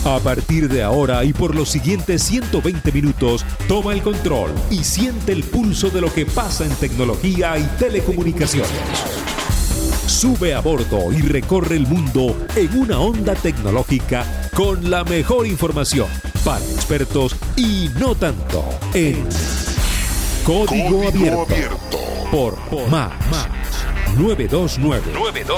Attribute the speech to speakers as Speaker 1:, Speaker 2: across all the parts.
Speaker 1: A partir de ahora y por los siguientes 120 minutos, toma el control y siente el pulso de lo que pasa en tecnología y telecomunicaciones. Sube a bordo y recorre el mundo en una onda tecnológica con la mejor información para expertos y no tanto en Código Abierto por Max 929.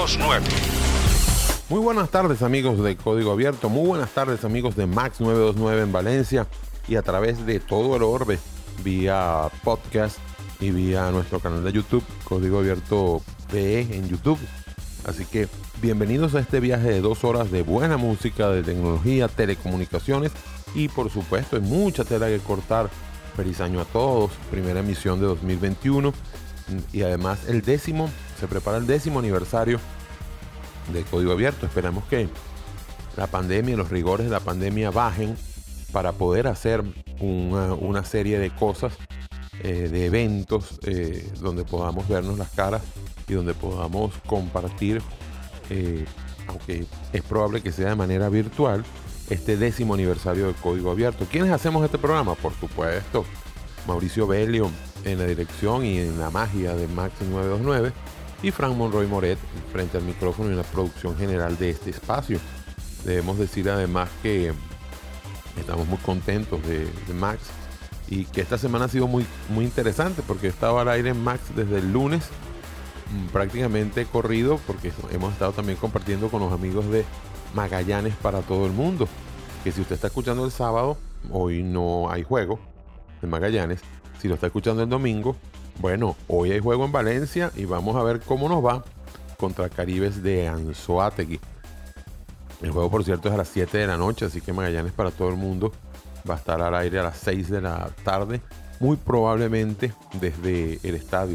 Speaker 2: Muy buenas tardes, amigos de Código Abierto. Muy buenas tardes, amigos de Max 929 en Valencia y a través de todo el orbe vía podcast y vía nuestro canal de YouTube, Código Abierto PE en YouTube. Así que bienvenidos a este viaje de 2 horas de buena música, de tecnología, telecomunicaciones y por supuesto hay mucha tela que cortar. Feliz año a todos, primera emisión de 2021 y además se prepara el 10º aniversario de Código Abierto. Esperamos que la pandemia, los rigores de la pandemia bajen para poder hacer una serie de cosas, de eventos donde podamos vernos las caras y donde podamos compartir, aunque es probable que sea de manera virtual, este 10º aniversario de Código Abierto. ¿Quiénes hacemos este programa? Por supuesto, Mauricio Belio en la dirección y en la magia de Max 929 y Frank Monroy Moret frente al micrófono y en la producción general de este espacio. Debemos decir además que estamos muy contentos de Max y que esta semana ha sido muy, muy interesante porque estaba al aire en Max desde el lunes, prácticamente corrido, porque hemos estado también compartiendo con los amigos de Magallanes para todo el mundo, que si usted está escuchando el sábado, hoy no hay juego de Magallanes. Si lo está escuchando el domingo, bueno, hoy hay juego en Valencia y vamos a ver cómo nos va contra Caribes de Anzoátegui. El juego, por cierto, es a las 7 de la noche, así que Magallanes para todo el mundo va a estar al aire a las 6 de la tarde, muy probablemente desde el estadio,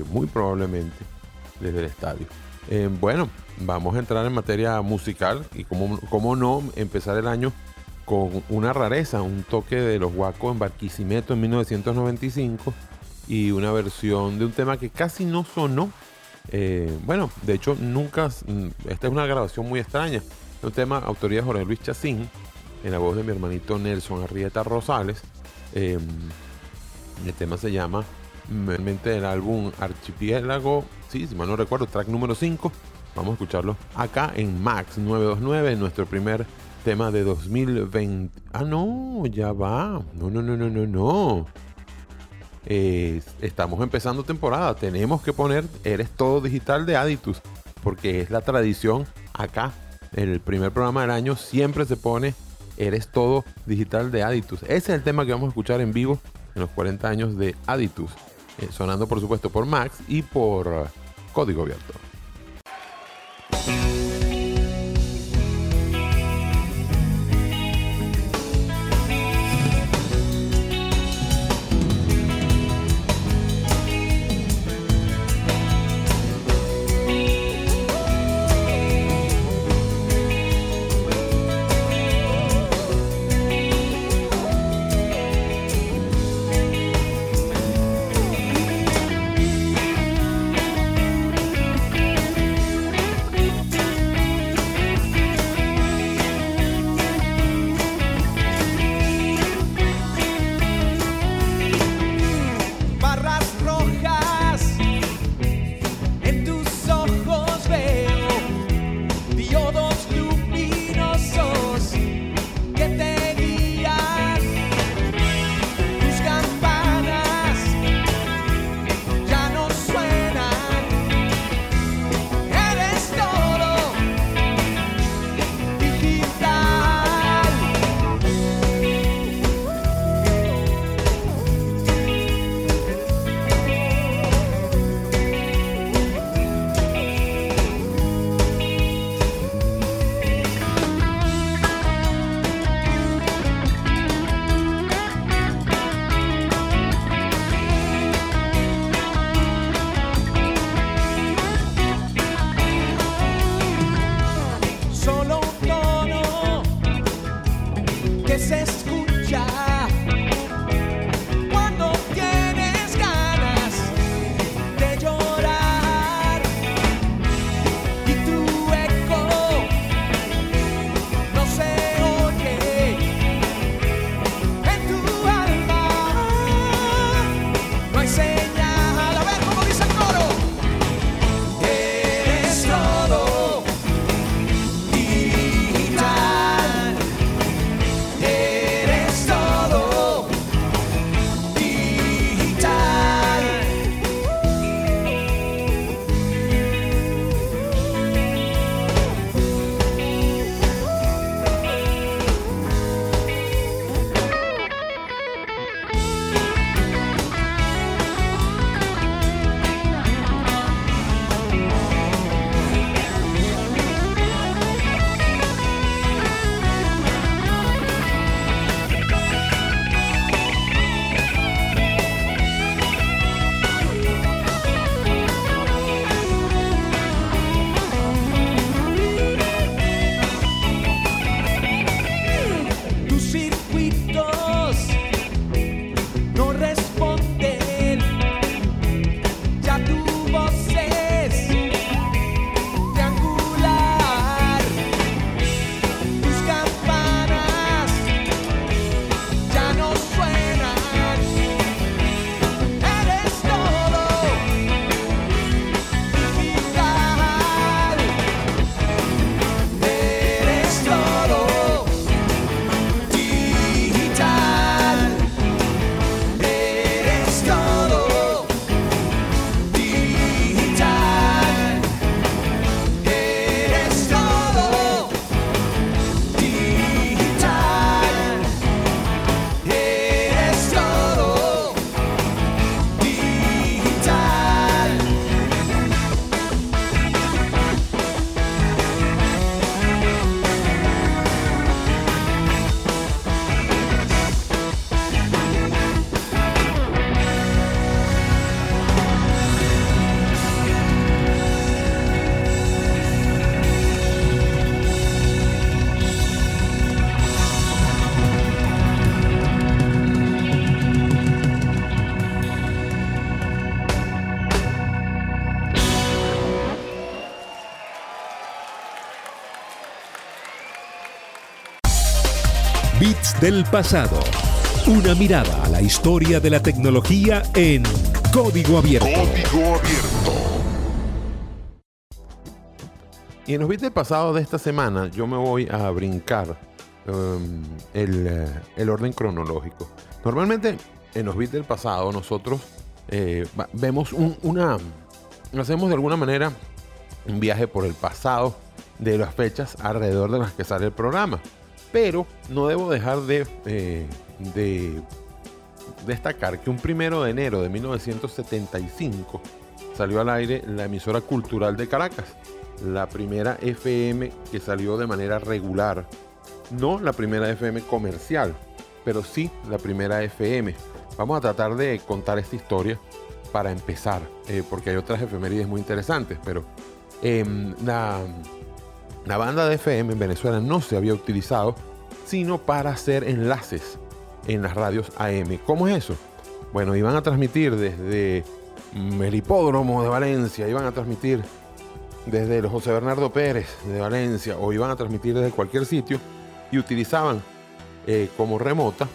Speaker 2: Bueno, vamos a entrar en materia musical y cómo no empezar el año con una rareza, un toque de los Guacos en Barquisimeto en 1995 y una versión de un tema que casi no sonó. De hecho nunca, esta es una grabación muy extraña, un tema autoría de Jorge Luis Chacín en la voz de mi hermanito Nelson Arrieta Rosales. El tema se llama realmente del álbum Archipiélago, si mal no recuerdo, track número 5. Vamos a escucharlo acá en Max 929, nuestro primer tema de 2020. No, ya va. No. Estamos empezando temporada. Tenemos que poner Eres Todo Digital de Aditus, porque es la tradición acá. El primer programa del año siempre se pone Eres Todo Digital de Aditus. Ese es el tema que vamos a escuchar en vivo en los 40 años de Aditus. Sonando por supuesto por Max y por Código Abierto.
Speaker 1: del pasado. Una mirada a la historia de la tecnología en Código Abierto.
Speaker 3: Código Abierto.
Speaker 2: Y en los bits del pasado de esta semana yo me voy a brincar el orden cronológico. Normalmente en los bits del pasado nosotros vemos hacemos de alguna manera un viaje por el pasado de las fechas alrededor de las que sale el programa. Pero no debo dejar de destacar que un 1 de enero de 1975 salió al aire la emisora cultural de Caracas, la primera FM que salió de manera regular. No la primera FM comercial, pero sí la primera FM. Vamos a tratar de contar esta historia para empezar, porque hay otras efemérides muy interesantes, pero la banda de FM en Venezuela no se había utilizado sino para hacer enlaces en las radios AM. ¿Cómo es eso? Bueno, iban a transmitir desde el hipódromo de Valencia, iban a transmitir desde el José Bernardo Pérez de Valencia, o iban a transmitir desde cualquier sitio, y utilizaban como remota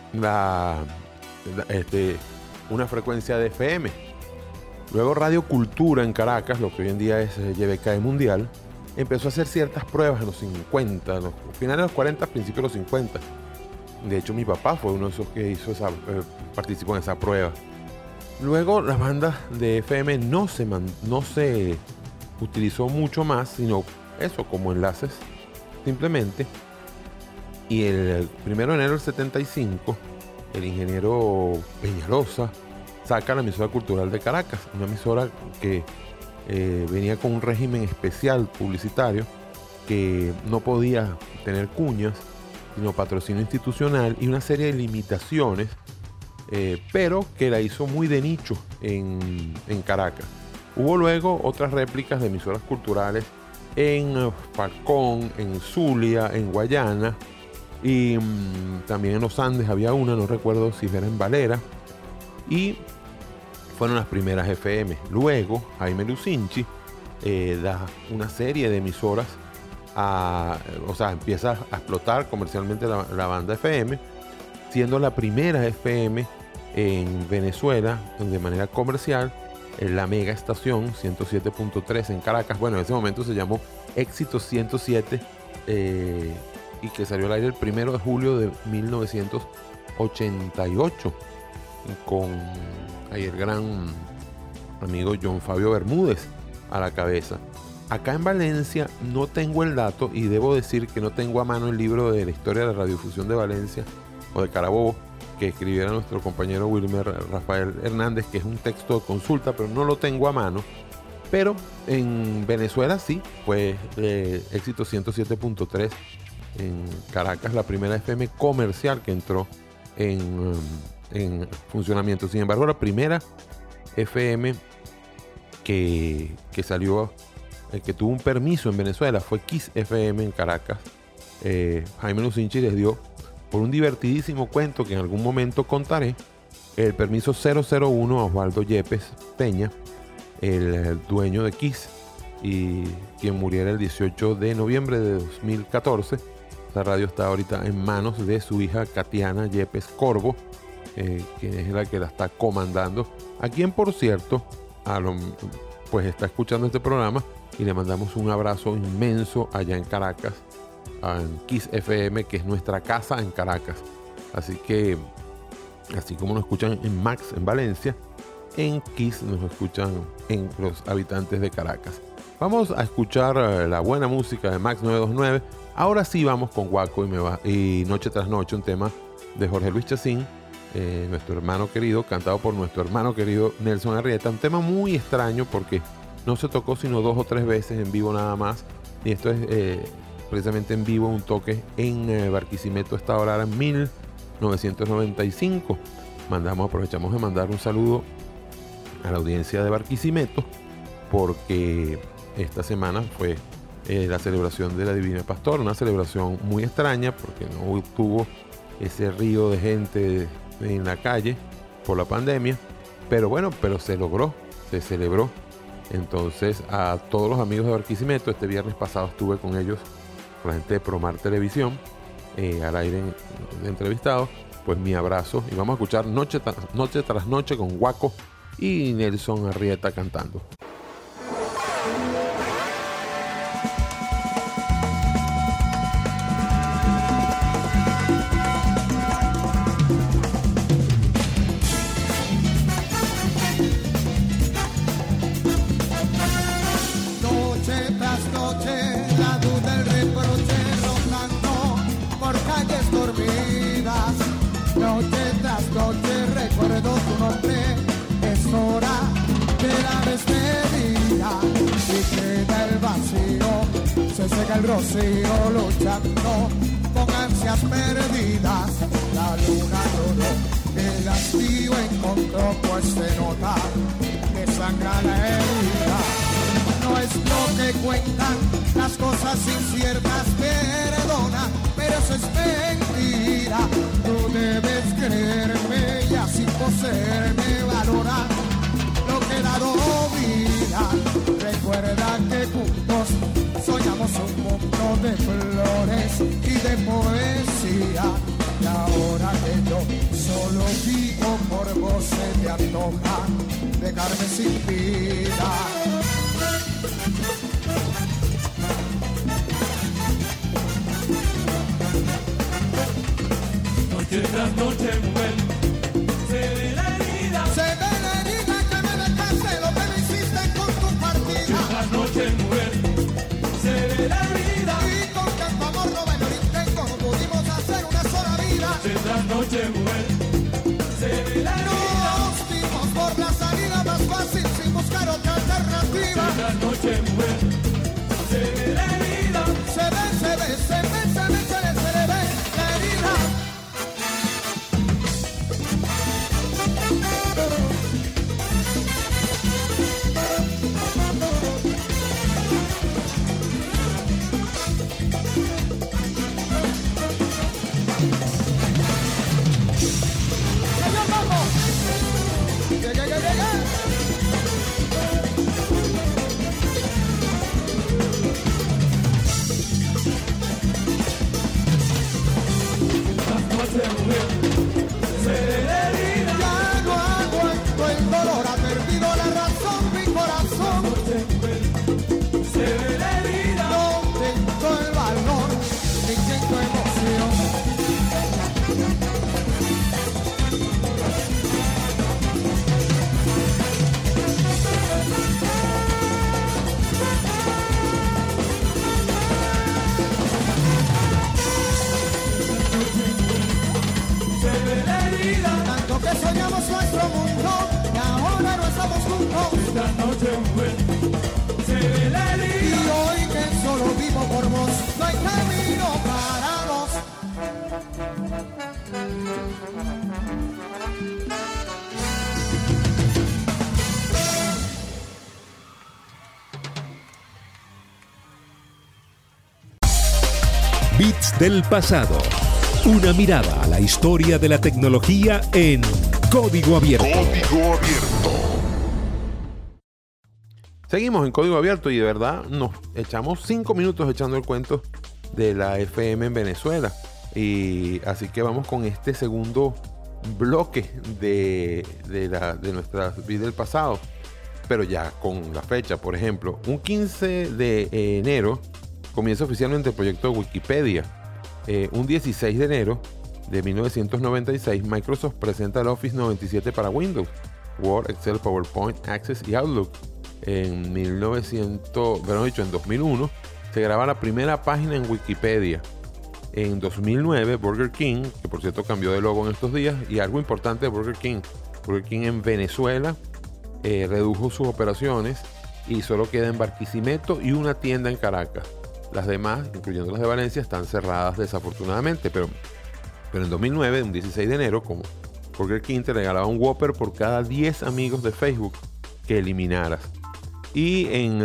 Speaker 2: una frecuencia de FM. Luego Radio Cultura en Caracas, lo que hoy en día es YBK Mundial, empezó a hacer ciertas pruebas en los 50, en los finales de los 40, principios de los 50. De hecho, mi papá fue uno de esos que hizo participó en esa prueba. Luego las bandas de FM no se utilizó mucho más, sino eso, como enlaces simplemente. Y el 1 de enero del 75, el ingeniero Peñalosa saca la emisora cultural de Caracas, una emisora que venía con un régimen especial publicitario, que no podía tener cuñas, sino patrocinio institucional y una serie de limitaciones, pero que la hizo muy de nicho en Caracas. Hubo luego otras réplicas de emisoras culturales en Falcón, en Zulia, en Guayana, y también en los Andes había una, no recuerdo si era en Valera, y fueron las primeras FM. Luego Jaime Lucinchi da una serie de emisoras, empieza a explotar comercialmente la banda FM, siendo la primera FM en Venezuela de manera comercial, la mega estación 107.3 en Caracas. Bueno, en ese momento se llamó Éxito 107, y que salió al aire el 1 de julio de 1988 con el gran amigo John Fabio Bermúdez a la cabeza. Acá en Valencia no tengo el dato, y debo decir que no tengo a mano el libro de la historia de la radiodifusión de Valencia o de Carabobo que escribiera nuestro compañero Wilmer Rafael Hernández, que es un texto de consulta, pero no lo tengo a mano. Pero en Venezuela sí, fue Éxito 107.3 en Caracas, la primera FM comercial que entró en funcionamiento. Sin embargo, la primera FM que salió, que tuvo un permiso en Venezuela, fue Kiss FM en Caracas. Jaime Lucinchi les dio, por un divertidísimo cuento que en algún momento contaré, el permiso 001 a Osvaldo Yepes Peña, el dueño de Kiss, y quien muriera el 18 de noviembre de 2014. La radio está ahorita en manos de su hija Katiana Yepes Corvo, que es la que la está comandando, a quien, por cierto, pues está escuchando este programa, y le mandamos un abrazo inmenso allá en Caracas, en Kiss FM, que es nuestra casa en Caracas. Así que, así como nos escuchan en Max en Valencia, en Kiss nos escuchan en los habitantes de Caracas. Vamos a escuchar la buena música de Max 929. Ahora sí vamos con Guaco y Noche tras Noche, un tema de Jorge Luis Chacín, nuestro hermano querido, cantado por nuestro hermano querido Nelson Arrieta. Un tema muy extraño porque no se tocó sino 2 o 3 veces en vivo nada más, y esto es precisamente en vivo, un toque en Barquisimeto, esta hora en 1995. Aprovechamos de mandar un saludo a la audiencia de Barquisimeto, porque esta semana fue la celebración de la Divina Pastora, una celebración muy extraña porque no tuvo ese río de gente en la calle por la pandemia, pero se logró, se celebró. Entonces, a todos los amigos de Barquisimeto, este viernes pasado estuve con ellos, con la gente de Promar Televisión, al aire de entrevistados, pues mi abrazo. Y vamos a escuchar Noche tras Noche con Guaco y Nelson Arrieta cantando.
Speaker 3: Noche tras noche recuerdo tu nombre, es hora de la despedida y queda el vacío, se seca el rocío luchando con ansias perdidas. La luna lloró, el hastío encontró, pues se nota que sangra la herida. No es lo que cuentan las cosas inciertas, perdona, pero eso es mentira. Tú debes creerme y así poseerme, valorar lo que he dado vida. Recuerda que juntos soñamos un mundo de flores y de poesía. Y ahora que yo solo vivo por vos, se te antoja dejarme sin vida.
Speaker 4: Noche tras noche, mujer, se ve la herida.
Speaker 3: Se ve la herida que me dejaste, lo que me hiciste con tu partida.
Speaker 4: Noche tras noche, mujer, se ve la herida.
Speaker 3: Y con tanto amor no valió el intento, no pudimos hacer una sola vida.
Speaker 4: Noche tras noche, mujer, se ve la herida.
Speaker 3: Nos dimos por la salida más fácil sin buscar otra alternativa.
Speaker 4: Noche tras noche, mujer, se ve la herida.
Speaker 3: Se ve, se ve, se ve, se ve, se ve, se le ve la herida. Ya no aguanto el dolor, ha perdido la razón mi corazón.
Speaker 4: Se ve la herida.
Speaker 3: No tengo el valor, ni siento emoción.
Speaker 4: Se ve la herida.
Speaker 3: Tanto que soñamos nuestro mundo y ahora no estamos juntos.
Speaker 4: Tras noche, mujer, se ve la
Speaker 3: Y
Speaker 4: herida.
Speaker 3: hoy que solo vivo por vos, no hay camino para dos.
Speaker 1: Bits del pasado. Una mirada a la historia de la tecnología en Código Abierto.
Speaker 5: Código Abierto.
Speaker 2: Seguimos en Código Abierto y de verdad nos echamos 5 minutos echando el cuento de la FM en Venezuela. Y así que vamos con este segundo bloque de nuestra vida del pasado, pero ya con la fecha. Por ejemplo, un 15 de enero comienza oficialmente el proyecto de Wikipedia. Un 16 de enero de 1996, Microsoft presenta el Office 97 para Windows, Word, Excel, PowerPoint, Access y Outlook. En 2001 se graba la primera página en Wikipedia. En 2009, Burger King, que por cierto cambió de logo en estos días, y algo importante de Burger King en Venezuela redujo sus operaciones y solo queda en Barquisimeto y una tienda en Caracas. Las demás, incluyendo las de Valencia, están cerradas desafortunadamente, pero en 2009, un 16 de enero, como Burger King te regalaba un Whopper por cada 10 amigos de Facebook que eliminaras. Y en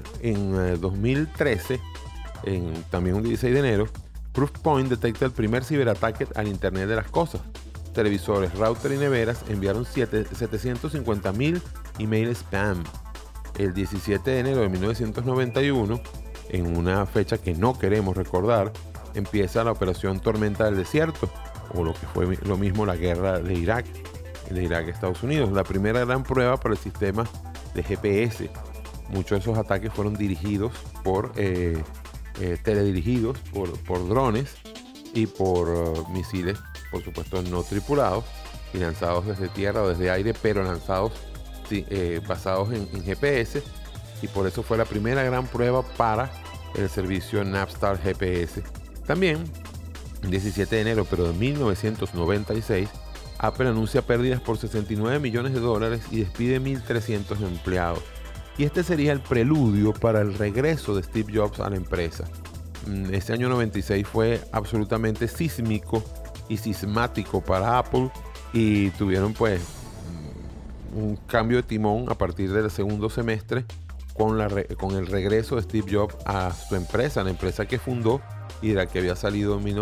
Speaker 2: 2013, también un 16 de enero, Proofpoint detecta el primer ciberataque al Internet de las Cosas. Televisores, router y neveras enviaron 750.000 emails spam. El 17 de enero de 1991, en una fecha que no queremos recordar, empieza la operación Tormenta del Desierto, o lo que fue lo mismo la guerra de Irak a Estados Unidos. La primera gran prueba para el sistema de GPS. Muchos de esos ataques fueron dirigidos teledirigidos por drones y por misiles, por supuesto no tripulados y lanzados desde tierra o desde aire, pero lanzados basados en GPS, y por eso fue la primera gran prueba para el servicio Navstar GPS. También, el 17 de enero pero de 1996, Apple anuncia pérdidas por $69 millones y despide 1.300 empleados. Y este sería el preludio para el regreso de Steve Jobs a la empresa. Ese año 96 fue absolutamente sísmico y sismático para Apple, y tuvieron pues un cambio de timón a partir del segundo semestre con el regreso de Steve Jobs a su empresa, la empresa que fundó y de la que había salido en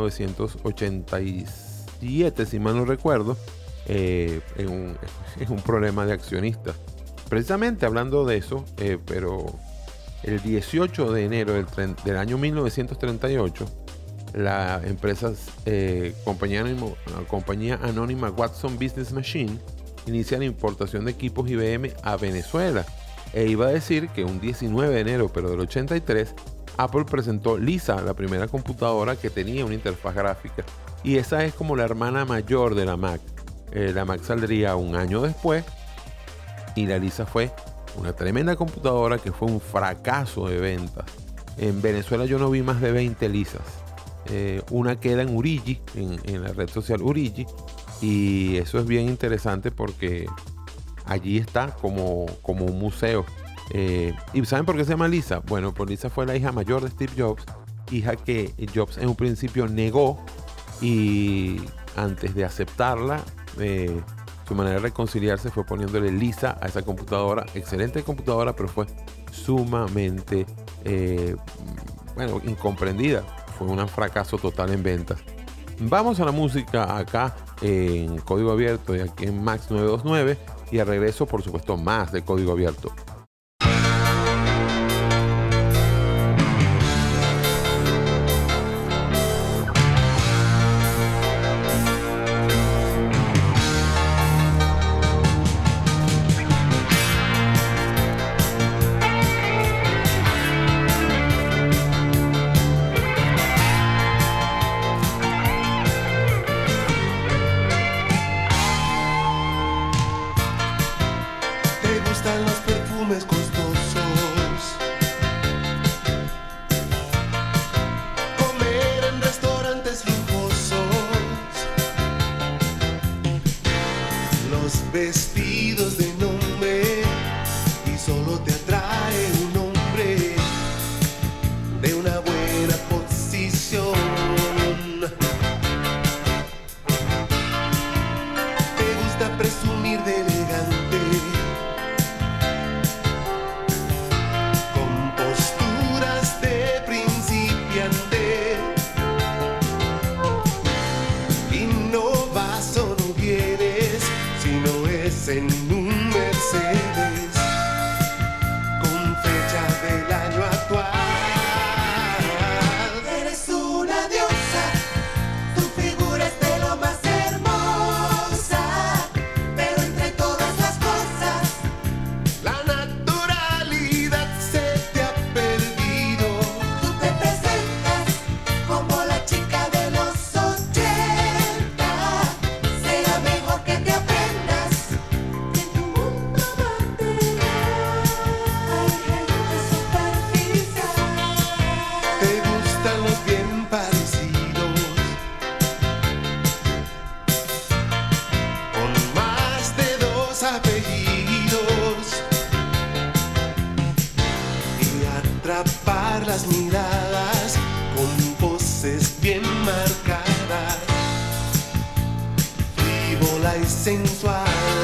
Speaker 2: 1987, si mal no recuerdo, en un problema de accionistas. Precisamente hablando de eso, pero el 18 de enero del año 1938, la empresa compañía anónima Watson Business Machine inicia la importación de equipos IBM a Venezuela. E iba a decir que un 19 de enero, pero del 83, Apple presentó Lisa, la primera computadora que tenía una interfaz gráfica. Y esa es como la hermana mayor de la Mac. La Mac saldría un año después, y la Lisa fue una tremenda computadora que fue un fracaso de ventas. En Venezuela yo no vi más de 20 Lisas. Una queda en Urigi, en la red social Urigi, y eso es bien interesante porque allí está como un museo. ¿Y saben por qué se llama Lisa? Bueno, pues Lisa fue la hija mayor de Steve Jobs, hija que Jobs en un principio negó, y antes de aceptarla, su manera de reconciliarse fue poniéndole Lisa a esa computadora. Excelente computadora, pero fue sumamente incomprendida. Fue un fracaso total en ventas. Vamos a la música acá en Código Abierto y aquí en Max 929, y al regreso, por supuesto, más de Código Abierto.
Speaker 5: Vestidos de nombre, y solo te atrae un hombre de una buena posición. Te gusta presumir de elegante, con posturas de principiante, y no vas o no vienes si no es en un Mercedes con fecha del año actual.
Speaker 6: Eres una diosa, tu figura es de lo más hermosa, pero entre todas las cosas
Speaker 5: La naturalidad se te ha perdido.
Speaker 6: tú te presentas como la chica de los 80. Será mejor que te aprendas que en tu mundo material hay gente superficial.
Speaker 5: Te gustan los bien parecidos, con más de 2 apellidos, y atrapar las miradas con poses bien marcadas, frívola y sensual.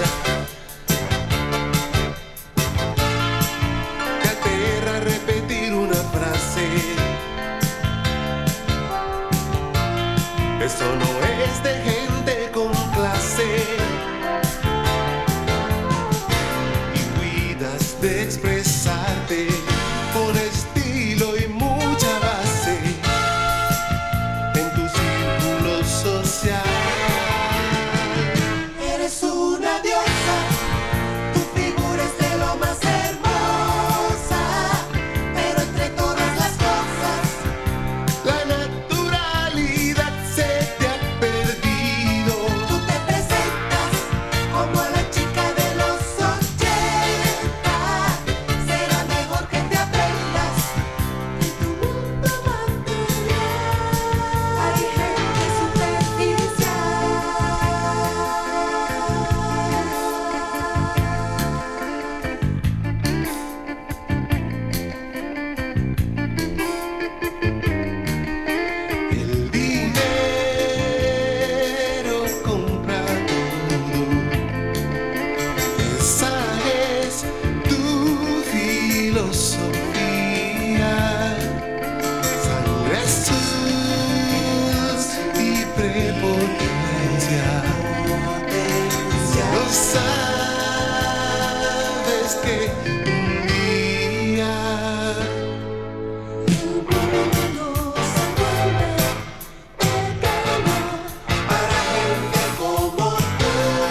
Speaker 5: Te aterra repetir una frase. Eso no es de gente con clase. Y cuidas de expresarte con estilo y mucha base. filosofía, sangre azul y prepotencia. No sabes que un día
Speaker 6: Para gente como tú.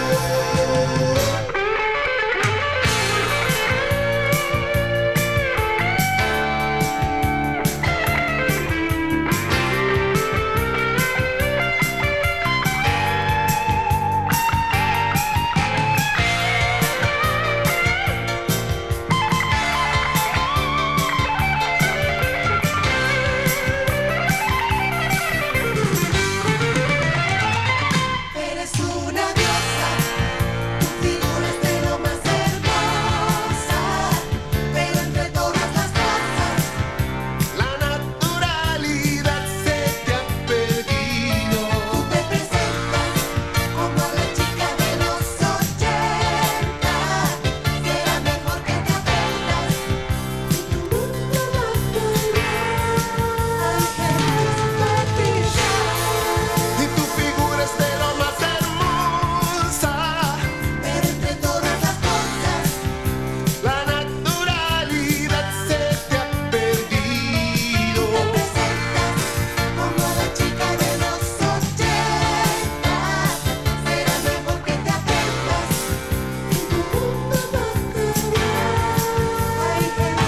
Speaker 6: Eres una diosa, tu figura es de lo más hermosa, pero entre todas las cosas,
Speaker 5: la naturalidad se te ha perdido.
Speaker 6: tú te presentas como la chica de los 80. Será mejor que te aprendas y tu mundo va a cambiar. Hay gente superficial,
Speaker 5: Y tu figura es de lo más hermosa.
Speaker 6: pero entre todas las cosas,
Speaker 5: La naturalidad se te ha perdido.
Speaker 6: tú te presentas como la chica de los 80. Será mejor que te aprendas y tu mundo va a cambiar. Hay gente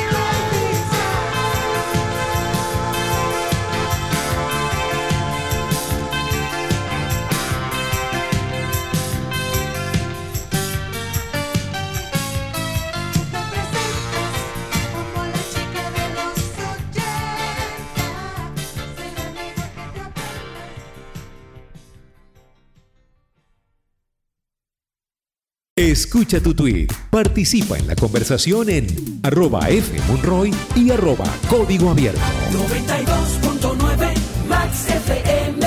Speaker 6: Tú te presentas como la chica de los 80. Será mejor que te aprendas.
Speaker 1: Escucha tu tweet, participa en la conversación en @fmonroy y @código abierto.
Speaker 7: 92.9 Max FM.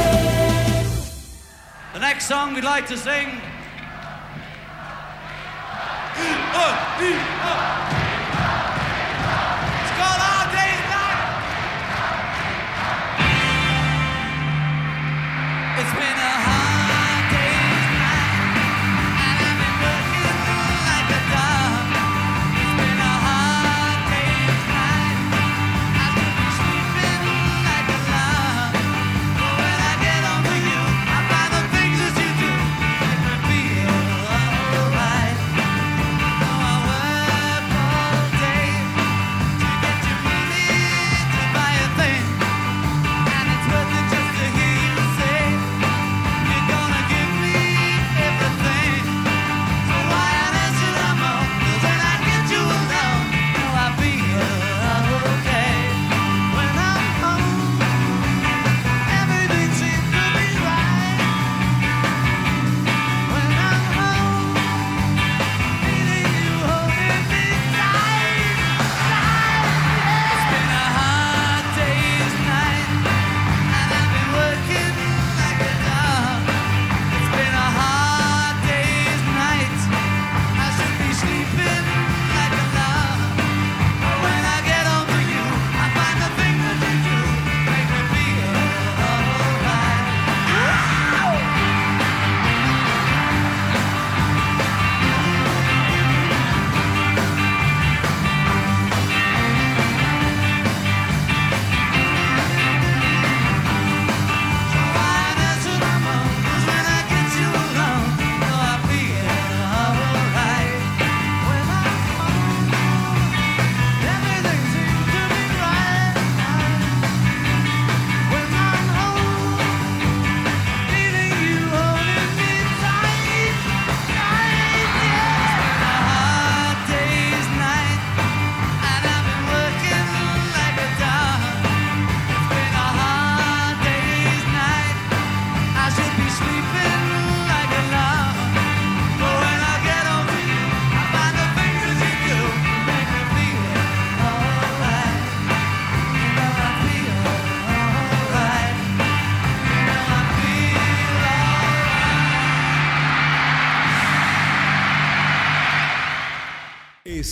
Speaker 4: The next song we'd like to sing. It's called Our Day's Night. It's been a hard day's night, and I've been working like a dog. It's been a hard day's night, I could be sleeping like a log. But when I get home to you, I find the things that you do make me feel alright. Though I work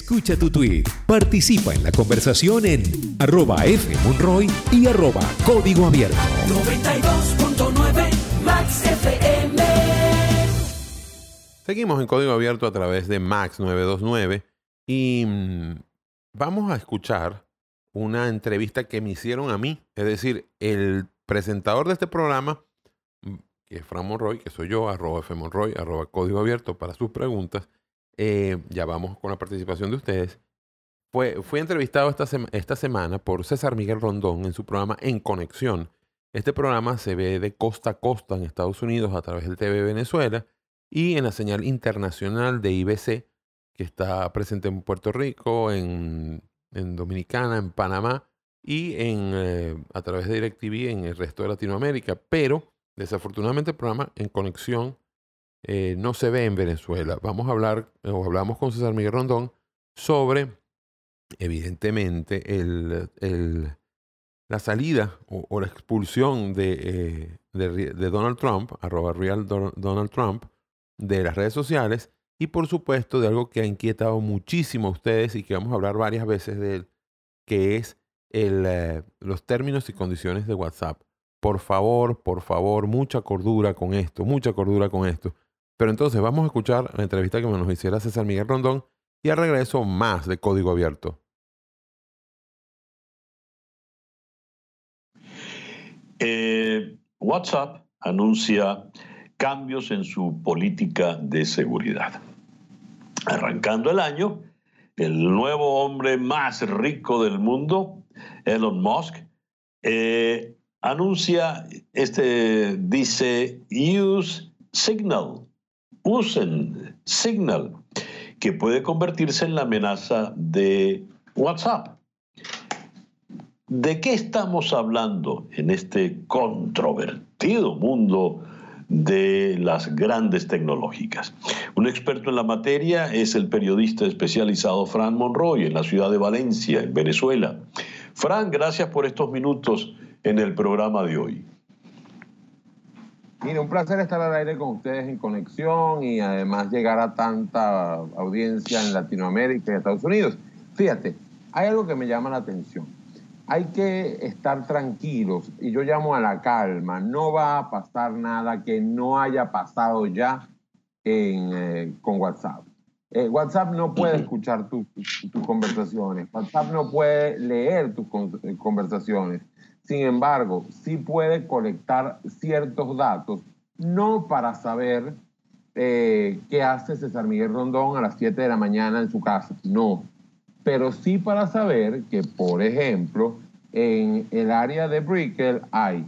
Speaker 1: Escucha tu tweet, participa en la conversación en @fmonroy y @código abierto.
Speaker 7: 92.9 Max FM.
Speaker 2: Seguimos en Código Abierto a través de Max 929 y vamos a escuchar una entrevista que me hicieron a mí. Es decir, el presentador de este programa, que es Fran Monroy, que soy yo, @fmonroy, @código abierto para sus preguntas. Ya vamos con la participación de ustedes. Fui entrevistado esta semana por César Miguel Rondón en su programa En Conexión. Este programa se ve de costa a costa en Estados Unidos a través del TV Venezuela y en la señal internacional de IBC, que está presente en Puerto Rico, en Dominicana, en Panamá y a través de DirecTV en el resto de Latinoamérica. Pero desafortunadamente el programa En Conexión no se ve en Venezuela. Hablamos con César Miguel Rondón sobre, evidentemente, la salida o la expulsión de Donald Trump, @RealDonald Trump, de las redes sociales y, por supuesto, de algo que ha inquietado muchísimo a ustedes y que vamos a hablar varias veces de él, que es los términos y condiciones de WhatsApp. Por favor, mucha cordura con esto. Pero entonces vamos a escuchar la entrevista que nos hiciera César Miguel Rondón y al regreso más de Código Abierto.
Speaker 8: WhatsApp anuncia cambios en su política de seguridad. Arrancando el año, el nuevo hombre más rico del mundo, Elon Musk, anuncia, dice, usen Signal, que puede convertirse en la amenaza de WhatsApp. ¿De qué estamos hablando en este controvertido mundo de las grandes tecnológicas? Un experto en la materia es el periodista especializado Fran Monroy en la ciudad de Valencia, en Venezuela. Fran, gracias por estos minutos en el programa de hoy.
Speaker 2: Mira, un placer estar al aire con ustedes en Conexión y además llegar a tanta audiencia en Latinoamérica y Estados Unidos. Fíjate, hay algo que me llama la atención. Hay que estar tranquilos y yo llamo a la calma. No va a pasar nada que no haya pasado ya con WhatsApp. WhatsApp no puede escuchar tus conversaciones. WhatsApp no puede leer tus conversaciones. Sin embargo, sí puede colectar ciertos datos, no para saber qué hace César Miguel Rondón a las 7 de la mañana en su casa, no. Pero sí para saber que, por ejemplo, en el área de Brickell hay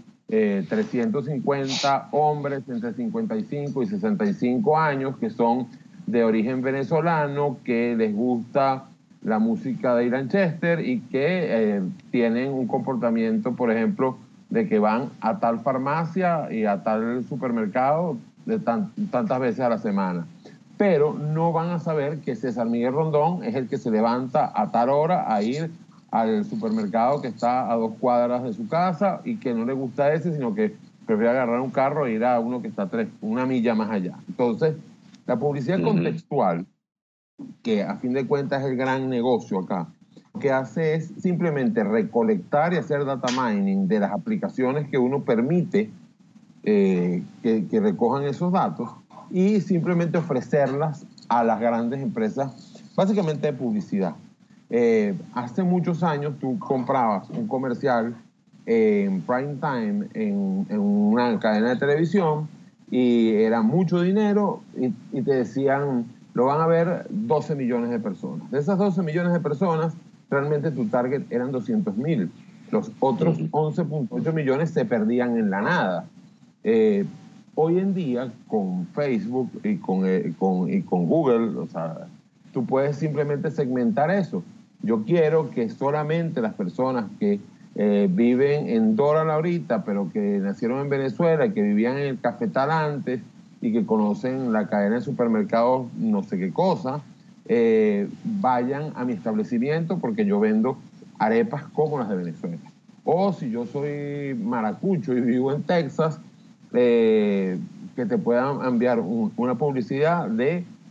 Speaker 2: 350 hombres entre 55 y 65 años que son de origen venezolano, que les gusta la música de Ilan Chester y que tienen un comportamiento, por ejemplo, de que van a tal farmacia y a tal supermercado de tantas veces a la semana. Pero no van a saber que César Miguel Rondón es el que se levanta a tal hora a ir al supermercado que está a 2 cuadras de su casa y que no le gusta ese, sino que prefiere agarrar un carro e ir a uno que está 1 milla más allá. Entonces, la publicidad contextual, que a fin de cuentas es el gran negocio acá, lo que hace es simplemente recolectar y hacer data mining de las aplicaciones que uno permite que recojan esos datos y simplemente ofrecerlas a las grandes empresas, básicamente de publicidad. Hace muchos años tú comprabas un comercial en prime time en una cadena de televisión y era mucho dinero y te decían, lo van a ver 12 millones de personas. De esas 12 millones de personas, realmente tu target eran 200,000. Los otros 11.8 millones se perdían en la nada. Hoy en día, con Facebook y con Google, o sea, tú puedes simplemente segmentar eso. Yo quiero que solamente las personas que viven en Doral ahorita, pero que nacieron en Venezuela, que vivían en el Cafetal antes y que conocen la cadena de supermercados no sé qué cosa, vayan a mi establecimiento porque yo vendo arepas como las de Venezuela. O si yo soy maracucho y vivo en Texas, que te puedan enviar una publicidad de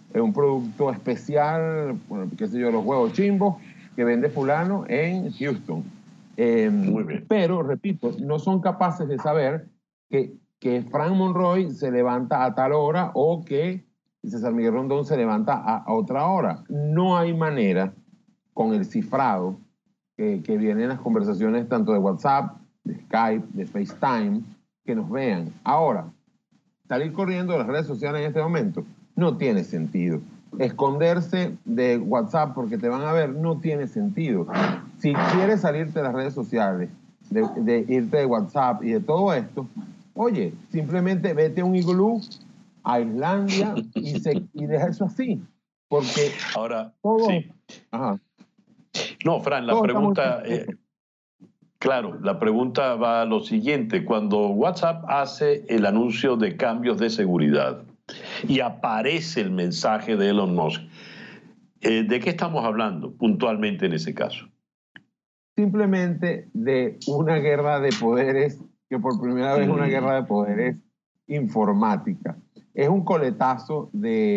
Speaker 2: un producto especial, bueno, qué sé yo, los huevos chimbos que vende fulano en Houston.
Speaker 8: Muy bien.
Speaker 2: Pero, repito, no son capaces de saber que Frank Monroy se levanta a tal hora o que César Miguel Rondón se levanta a otra hora. No hay manera, con el cifrado que viene en las conversaciones tanto de WhatsApp, de Skype, de FaceTime, que nos vean. Ahora, salir corriendo de las redes sociales en este momento no tiene sentido. Esconderse de WhatsApp porque te van a ver no tiene sentido. Si quieres salirte de las redes sociales, de irte de WhatsApp y de todo esto, oye, simplemente vete a un iglú, a Islandia y deja eso así. Porque
Speaker 8: Ahora,
Speaker 2: todo...
Speaker 8: sí.
Speaker 2: Ajá.
Speaker 8: No, Fran, la
Speaker 2: Todos
Speaker 8: pregunta,
Speaker 2: estamos-
Speaker 8: claro, la pregunta va a lo siguiente. Cuando WhatsApp hace el anuncio de cambios de seguridad y aparece el mensaje de Elon Musk, ¿de qué estamos hablando puntualmente en ese caso?
Speaker 2: Simplemente de una guerra de poderes, que por primera vez es una guerra de poderes informática. Es un coletazo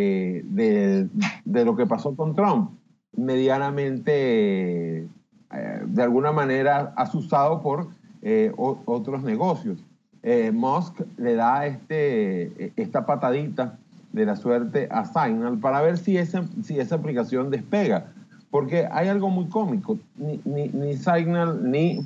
Speaker 2: de lo que pasó con Trump, medianamente, de alguna manera, asusado por otros negocios. Musk le da esta patadita de la suerte a Signal para ver si esa aplicación despega. Porque hay algo muy cómico. Ni Signal ni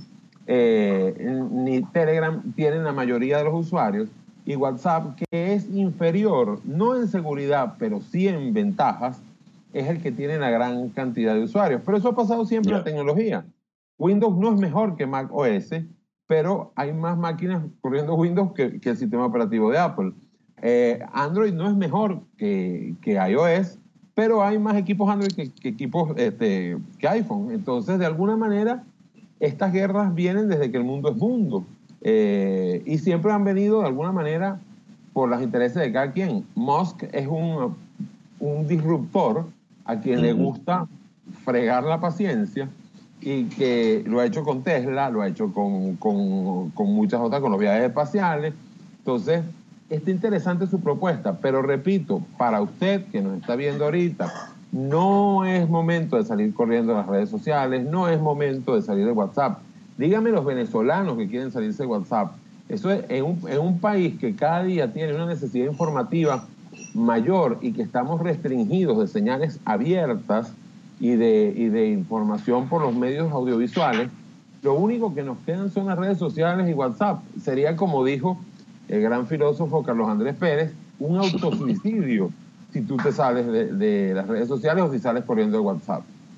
Speaker 2: Telegram tienen la mayoría de los usuarios. Y WhatsApp, que es inferior, no en seguridad, pero sí en ventajas, es el que tiene la gran cantidad de usuarios. Pero eso ha pasado siempre en la tecnología. Windows no es mejor que Mac OS, pero hay más máquinas corriendo Windows que el sistema operativo de Apple. Android no es mejor que iOS, pero hay más equipos Android que equipos que iPhone. Entonces, de alguna manera, estas guerras vienen desde que el mundo es mundo. Y siempre han venido, de alguna manera, por los intereses de cada quien. Musk es un disruptor a quien le gusta fregar la paciencia y que lo ha hecho con Tesla, lo ha hecho con muchas otras, con los viajes espaciales. Entonces, está interesante su propuesta, pero repito, para usted que nos está viendo ahorita, no es momento de salir corriendo a las redes sociales, no es momento de salir de WhatsApp. Dígame los venezolanos que quieren salirse de WhatsApp. Eso es en un país que cada día tiene una necesidad informativa mayor y que estamos restringidos de señales abiertas y de información por los medios audiovisuales. Lo único que nos quedan son las redes sociales y WhatsApp. Sería, como dijo el gran filósofo Carlos Andrés Pérez, un autosuicidio si tú te sales de las redes sociales o si sales corriendo de WhatsApp.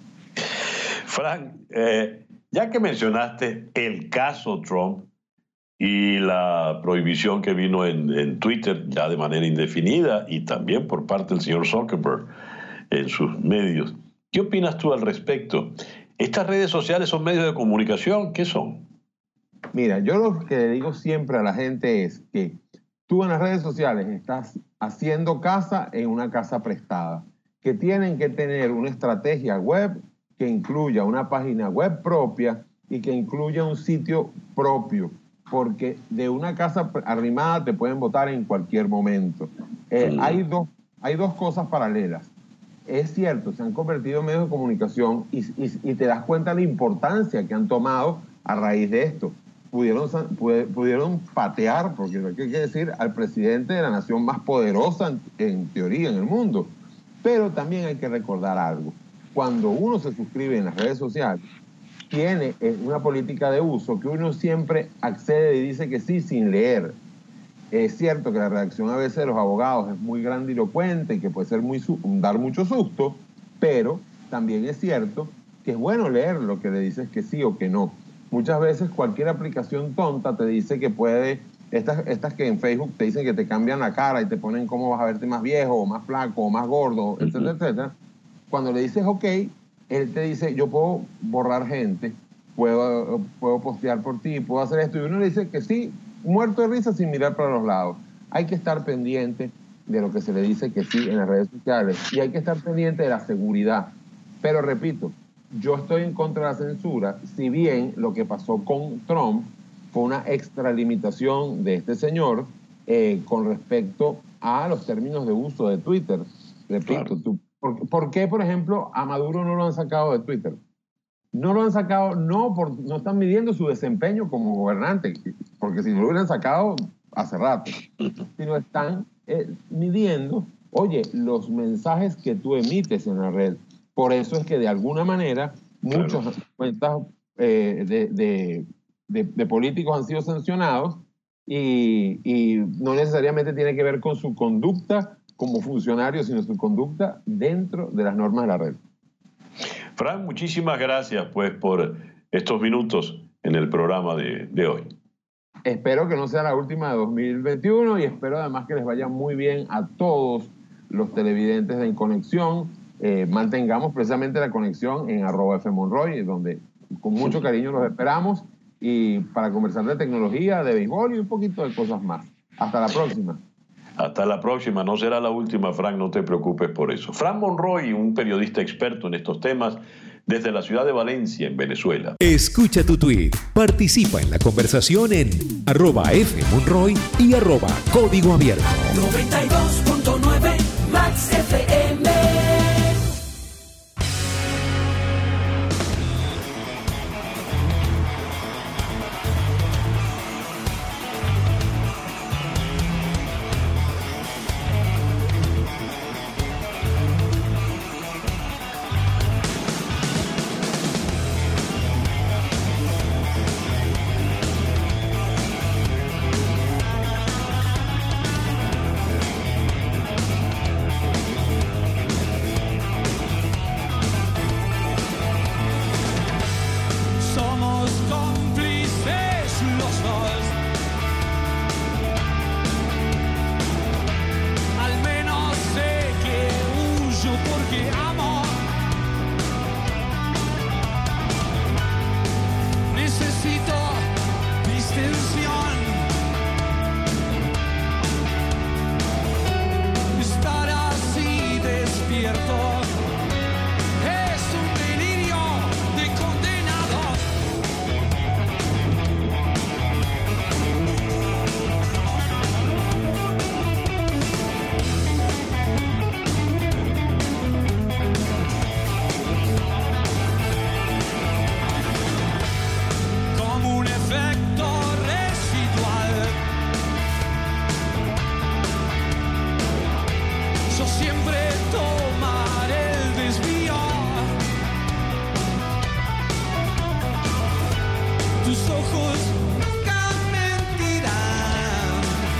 Speaker 8: Frank, ya que mencionaste el caso Trump y la prohibición que vino en Twitter ya de manera indefinida y también por parte del señor Zuckerberg en sus medios, ¿qué opinas tú al respecto? ¿Estas redes sociales son medios de comunicación? ¿Qué son?
Speaker 2: Mira, yo lo que le digo siempre a la gente es que tú en las redes sociales estás haciendo casa en una casa prestada, que tienen que tener una estrategia web que incluya una página web propia y que incluya un sitio propio, porque de una casa arrimada te pueden votar en cualquier momento. Hay dos cosas paralelas. Es cierto, se han convertido en medios de comunicación y te das cuenta de la importancia que han tomado a raíz de esto. Pudieron patear, porque hay que decir, al presidente de la nación más poderosa en teoría en el mundo. Pero también hay que recordar algo. Cuando uno se suscribe en las redes sociales, tiene una política de uso que uno siempre accede y dice que sí sin leer. Es cierto que la redacción a veces de los abogados es muy grandilocuente y que puede ser dar mucho susto, pero también es cierto que es bueno leer lo que le dices que sí o que no. Muchas veces cualquier aplicación tonta te dice que puede, estas que en Facebook te dicen que te cambian la cara y te ponen cómo vas a verte más viejo o más flaco o más gordo, etcétera, etcétera. Cuando le dices OK, él te dice, yo puedo borrar gente, puedo postear por ti, puedo hacer esto. Y uno le dice que sí, muerto de risa sin mirar para los lados. Hay que estar pendiente de lo que se le dice que sí en las redes sociales y hay que estar pendiente de la seguridad. Pero repito, yo estoy en contra de la censura, si bien lo que pasó con Trump fue una extralimitación de este señor con respecto a los términos de uso de Twitter. Repito, ¿por qué, por ejemplo, a Maduro no lo han sacado de Twitter? No lo han sacado, no están midiendo su desempeño como gobernante, porque si no lo hubieran sacado hace rato, sino están midiendo, oye, los mensajes que tú emites en la red. Por eso es que de alguna manera muchas cuentas de políticos han sido sancionados y no necesariamente tiene que ver con su conducta como funcionario, sino su conducta dentro de las normas de la red.
Speaker 8: Frank, muchísimas gracias pues por estos minutos en el programa de hoy.
Speaker 2: Espero que no sea la última de 2021 y espero además que les vaya muy bien a todos los televidentes de En Conexión. Mantengamos precisamente la conexión en @fmonroy, donde con mucho cariño los esperamos y para conversar de tecnología, de béisbol y un poquito de cosas más. Hasta la próxima.
Speaker 8: Hasta la próxima, no será la última, Frank, no te preocupes por eso. Frank Monroy, un periodista experto en estos temas, desde la ciudad de Valencia, en Venezuela.
Speaker 1: Escucha tu tweet, participa en la conversación en @fmonroy y @código abierto.
Speaker 7: 92.9 Max FM.
Speaker 4: Somos cómplices los dos. Al menos sé que huyo porque amo. Necesito distensión. Estar así despierto es un delirio de condenados. Como un efecto residual, yo siempre tomaré el desvío. Tus ojos nunca mentirán,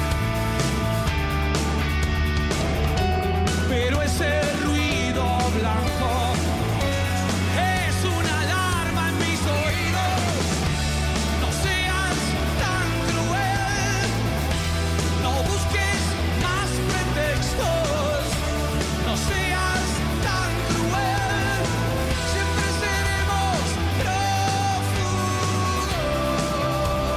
Speaker 4: pero ese ruido blanco es una alarma en mis oídos. No seas tan cruel, no busques más pretextos. No seas tan cruel, siempre seremos prófugos.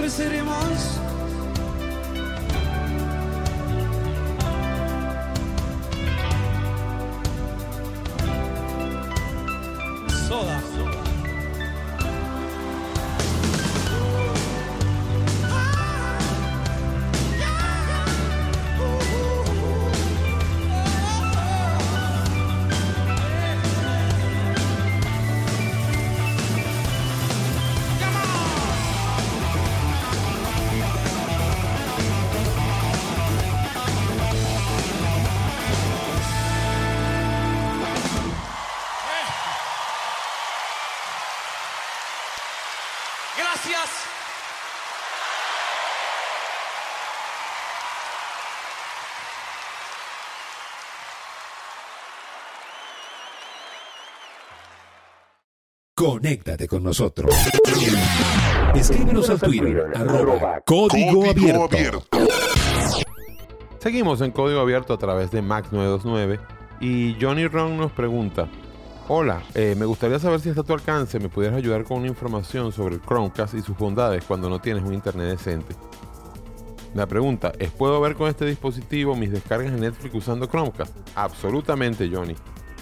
Speaker 4: seremos. Soda. Gracias.
Speaker 1: Conéctate con nosotros. Escríbenos al Twitter, @Código Abierto.
Speaker 2: Seguimos en Código Abierto a través de Max 929 y Johnny Ron nos pregunta: hola, me gustaría saber si está a tu alcance me pudieras ayudar con una información sobre el Chromecast y sus bondades cuando no tienes un internet decente. La pregunta es: ¿puedo ver con este dispositivo mis descargas de Netflix usando Chromecast? Absolutamente, Johnny.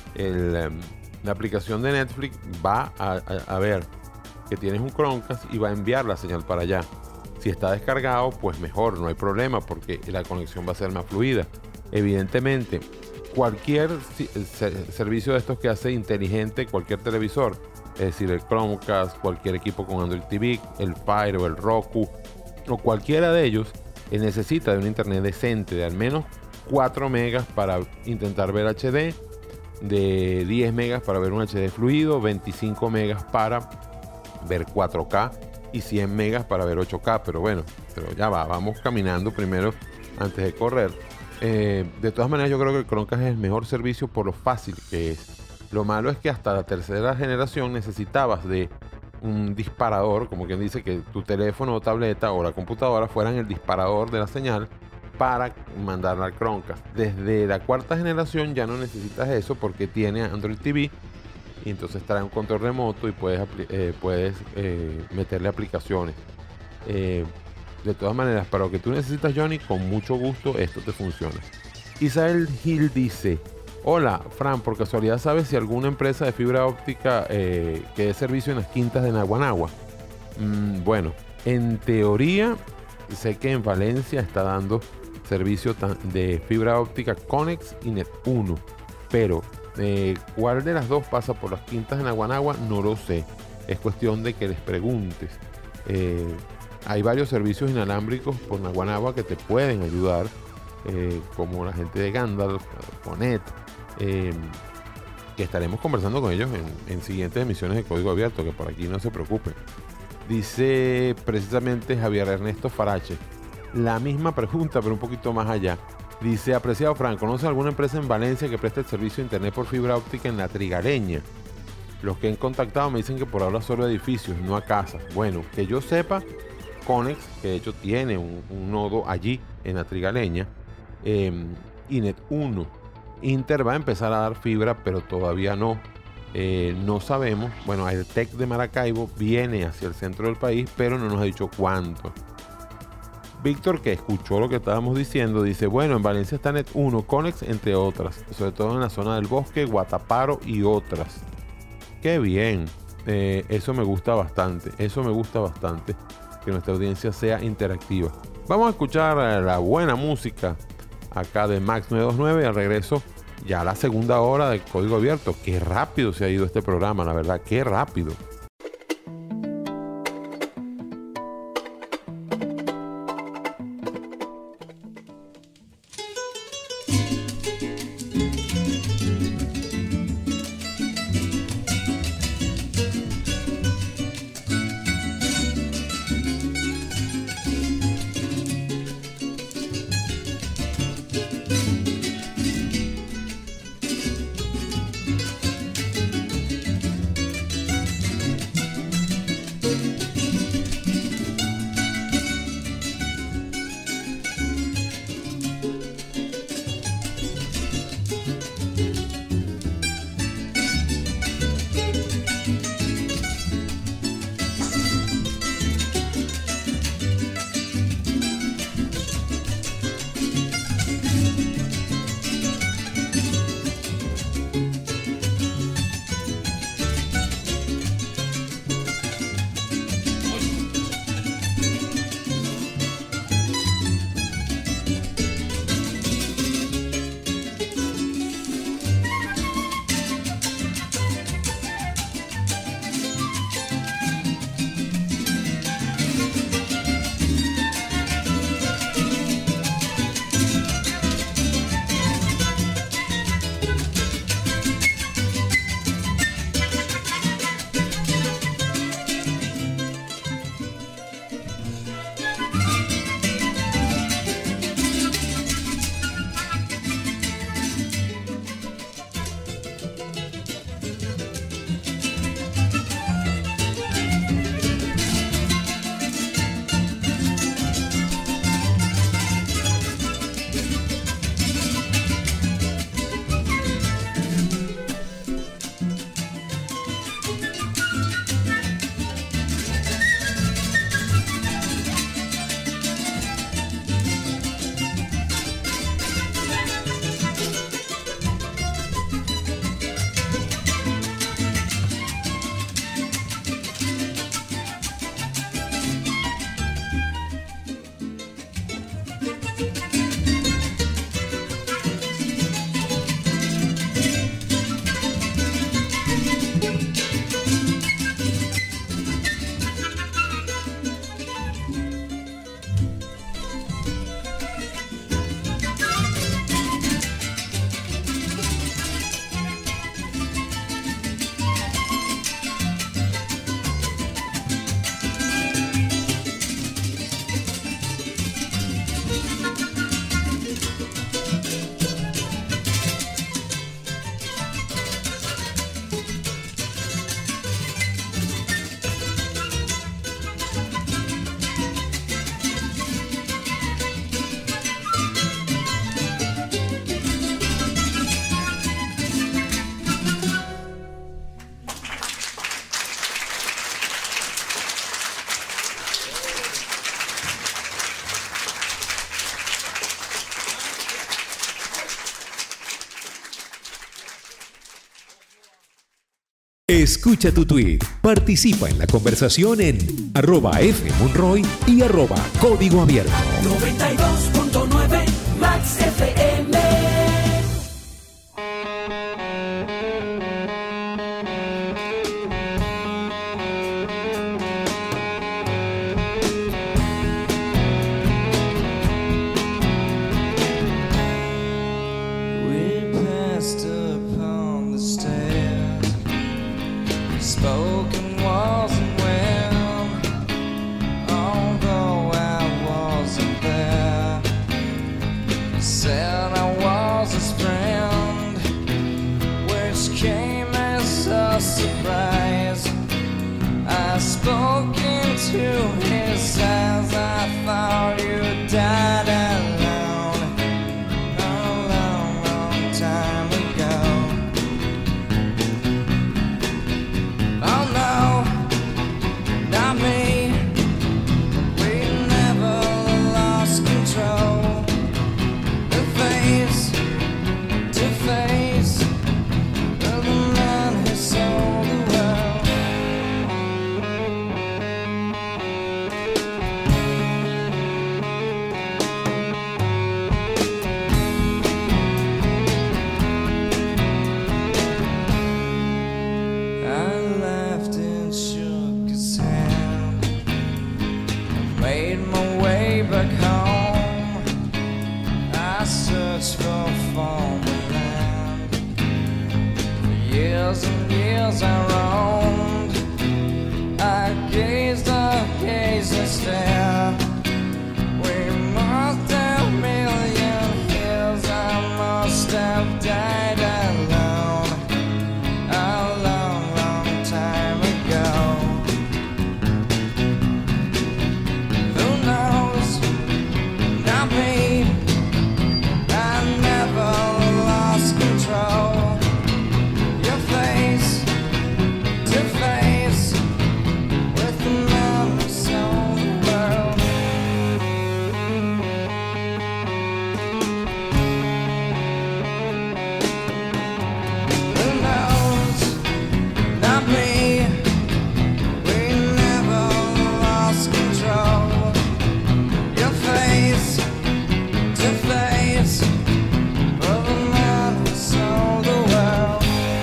Speaker 2: La aplicación de Netflix va a ver que tienes un Chromecast y va a enviar la señal para allá. Si está descargado, pues mejor, no hay problema porque la conexión va a ser más fluida. Evidentemente, cualquier servicio de estos que hace inteligente cualquier televisor, es decir, el Chromecast, cualquier equipo con Android TV, el Fire o el Roku, o cualquiera de ellos, necesita de un internet decente de al menos 4 megas para intentar ver HD, de 10 megas para ver un HD fluido, 25 megas para ver 4K y 100 megas para ver 8K. Pero bueno, ya vamos caminando primero antes de correr. De todas maneras, yo creo que el Chromecast es el mejor servicio por lo fácil que es. Lo malo es que hasta la tercera generación necesitabas de un disparador, como quien dice, que tu teléfono o tableta o la computadora fueran el disparador de la señal para mandarla al Chromecast. Desde la cuarta generación ya no necesitas eso porque tiene Android TV y entonces trae un control remoto y puedes meterle aplicaciones. De todas maneras, para lo que tú necesitas, Johnny, con mucho gusto esto te funciona. Isabel Gil dice: hola, Fran, por casualidad sabes si alguna empresa de fibra óptica que dé servicio en las quintas de Naguanagua. Bueno, en teoría sé que en Valencia está dando servicio de fibra óptica Conex y Net1, pero cuál de las dos pasa por las quintas de Naguanagua no lo sé. Es cuestión de que les preguntes. Hay varios servicios inalámbricos por Naguanagua que te pueden ayudar, como la gente de Gandalf, Fonet, que estaremos conversando con ellos en siguientes emisiones de Código Abierto, que por aquí no se preocupen. Dice precisamente Javier Ernesto Farache la misma pregunta, pero un poquito más allá. Dice: apreciado Fran, ¿conoce alguna empresa en Valencia que preste el servicio de internet por fibra óptica en La Trigaleña? Los que han contactado me dicen que por ahora solo edificios, no a casas. Bueno, que yo sepa, Conex, que de hecho tiene un nodo allí en La Trigaleña, y Net1. Inter va a empezar a dar fibra, pero todavía no. No sabemos. Bueno, el TEC de Maracaibo viene hacia el centro del país, pero no nos ha dicho cuánto. Víctor, que escuchó lo que estábamos diciendo, dice: bueno, en Valencia está Net1, Conex, entre otras, sobre todo en la zona del Bosque, Guataparo y otras. ¡Qué bien! Eso me gusta bastante. Que nuestra audiencia sea interactiva. Vamos a escuchar la buena música acá de Max 929 y al regreso ya la segunda hora de Código Abierto. Qué rápido se ha ido este programa, la verdad, qué rápido.
Speaker 1: Escucha tu tweet, participa en la conversación en @fmonroy y @código abierto.
Speaker 7: 92.9 Max FM.
Speaker 9: We passed upon the stairs, spoken wasn't well, although I wasn't there. He said I was his friend, which came as a surprise. I spoke into his eyes, I thought you died alone a long, long time ago. Oh no, not me. We never lost control. The face to face of the man who sold the world. I laughed and shook his hand. I made my way back home. I searched for former land. For years and years I roamed. I gazed and stared. We must have million years. I must have died alone a long, long time ago. Who knows? Not me. I never lost control. Your face to face with the man who sold the world. Who knows? Not me. We never lost control. Your face to face with the man who sold the world.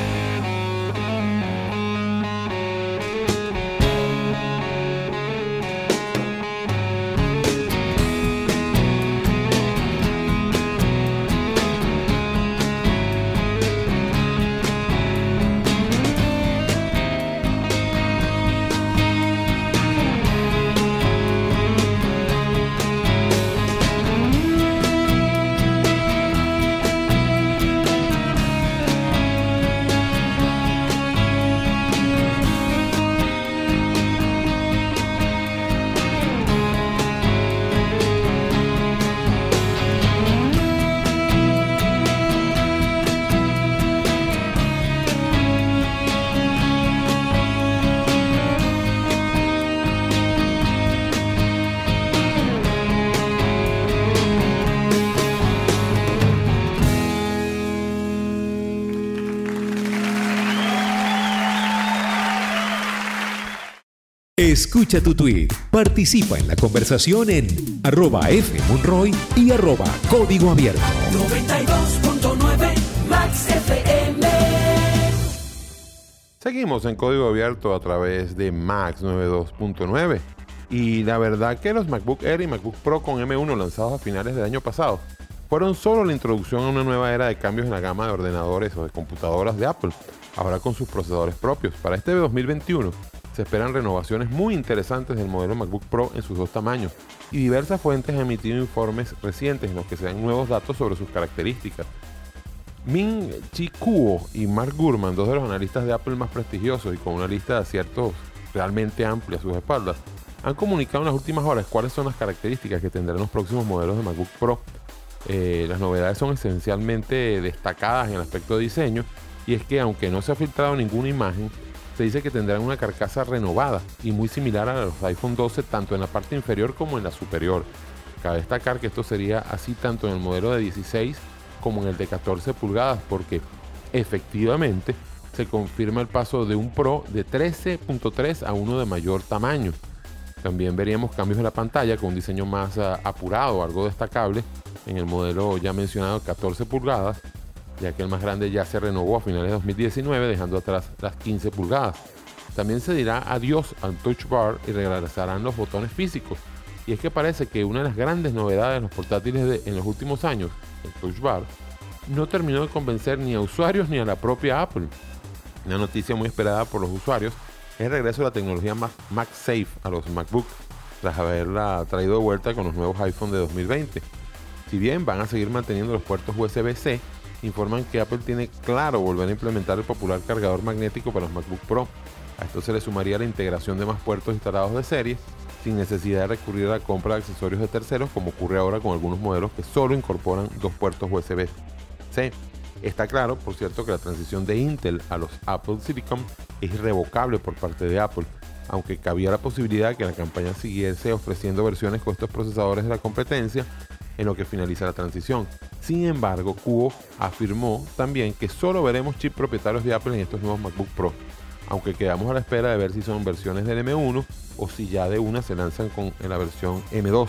Speaker 1: Escucha tu tweet, participa en la conversación en @fmonroy y @código abierto.
Speaker 7: 92.9 Max FM.
Speaker 2: Seguimos en código abierto a través de Max 92.9 y la verdad que los MacBook Air y MacBook Pro con M1 lanzados a finales del año pasado fueron solo la introducción a una nueva era de cambios en la gama de ordenadores o de computadoras de Apple, ahora con sus procesadores propios. Para este 2021 se esperan renovaciones muy interesantes del modelo MacBook Pro en sus dos tamaños y diversas fuentes han emitido informes recientes en los que se dan nuevos datos sobre sus características. Ming-Chi Kuo y Mark Gurman, dos de los analistas de Apple más prestigiosos y con una lista de aciertos realmente amplia a sus espaldas, han comunicado en las últimas horas cuáles son las características que tendrán los próximos modelos de MacBook Pro. Las novedades son esencialmente destacadas en el aspecto de diseño, y es que aunque no se ha filtrado ninguna imagen, se dice que tendrán una carcasa renovada y muy similar a los iPhone 12 tanto en la parte inferior como en la superior. Cabe destacar que esto sería así tanto en el modelo de 16 como en el de 14 pulgadas, porque efectivamente se confirma el paso de un Pro de 13.3 a uno de mayor tamaño. También veríamos cambios en la pantalla con un diseño más apurado, algo destacable en el modelo ya mencionado 14 pulgadas, ya que el más grande ya se renovó a finales de 2019, dejando atrás las 15 pulgadas. También se dirá adiós al Touch Bar y regresarán los botones físicos. Y es que parece que una de las grandes novedades de los portátiles en los últimos años, el Touch Bar, no terminó de convencer ni a usuarios ni a la propia Apple. Una noticia muy esperada por los usuarios es el regreso de la tecnología MagSafe a los MacBook, tras haberla traído de vuelta con los nuevos iPhone de 2020. Si bien van a seguir manteniendo los puertos USB-C, informan que Apple tiene claro volver a implementar el popular cargador magnético para los MacBook Pro. A esto se le sumaría la integración de más puertos instalados de serie, sin necesidad de recurrir a la compra de accesorios de terceros, como ocurre ahora con algunos modelos que solo incorporan dos puertos USB-C. Está claro, por cierto, que la transición de Intel a los Apple Silicon es irrevocable por parte de Apple, aunque cabía la posibilidad de que la campaña siguiese ofreciendo versiones con estos procesadores de la competencia en lo que finaliza la transición. Sin embargo, Kuo afirmó también que solo veremos chips propietarios de Apple en estos nuevos MacBook Pro, aunque quedamos a la espera de ver si son versiones del M1 o si ya de una se lanzan en la versión M2.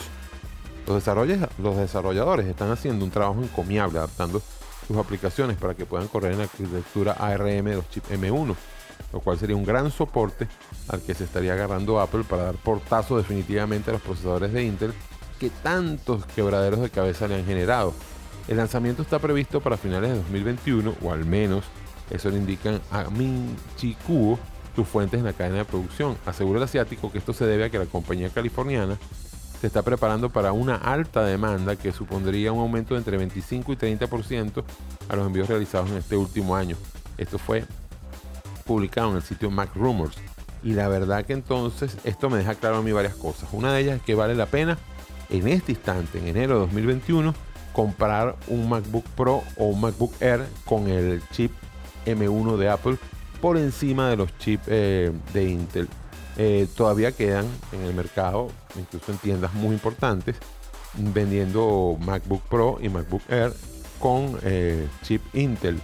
Speaker 2: Los desarrolladores están haciendo un trabajo encomiable adaptando sus aplicaciones para que puedan correr en la arquitectura ARM de los chips M1, lo cual sería un gran soporte al que se estaría agarrando Apple para dar portazo definitivamente a los procesadores de Intel que tantos quebraderos de cabeza le han generado. El lanzamiento está previsto para finales de 2021, o al menos eso le indican a Min-Chi Kuo, sus fuentes en la cadena de producción. Asegura el asiático que esto se debe a que la compañía californiana se está preparando para una alta demanda que supondría un aumento de entre 25 y 30% a los envíos realizados en este último año. Esto fue publicado en el sitio Mac Rumors. Y la verdad que entonces esto me deja claro a mí varias cosas. Una de ellas es que vale la pena en este instante, en enero de 2021, comprar un MacBook Pro o un MacBook Air con el chip M1 de Apple por encima de los chips de Intel. Todavía quedan en el mercado, incluso en tiendas muy importantes, vendiendo MacBook Pro y MacBook Air con chip Intel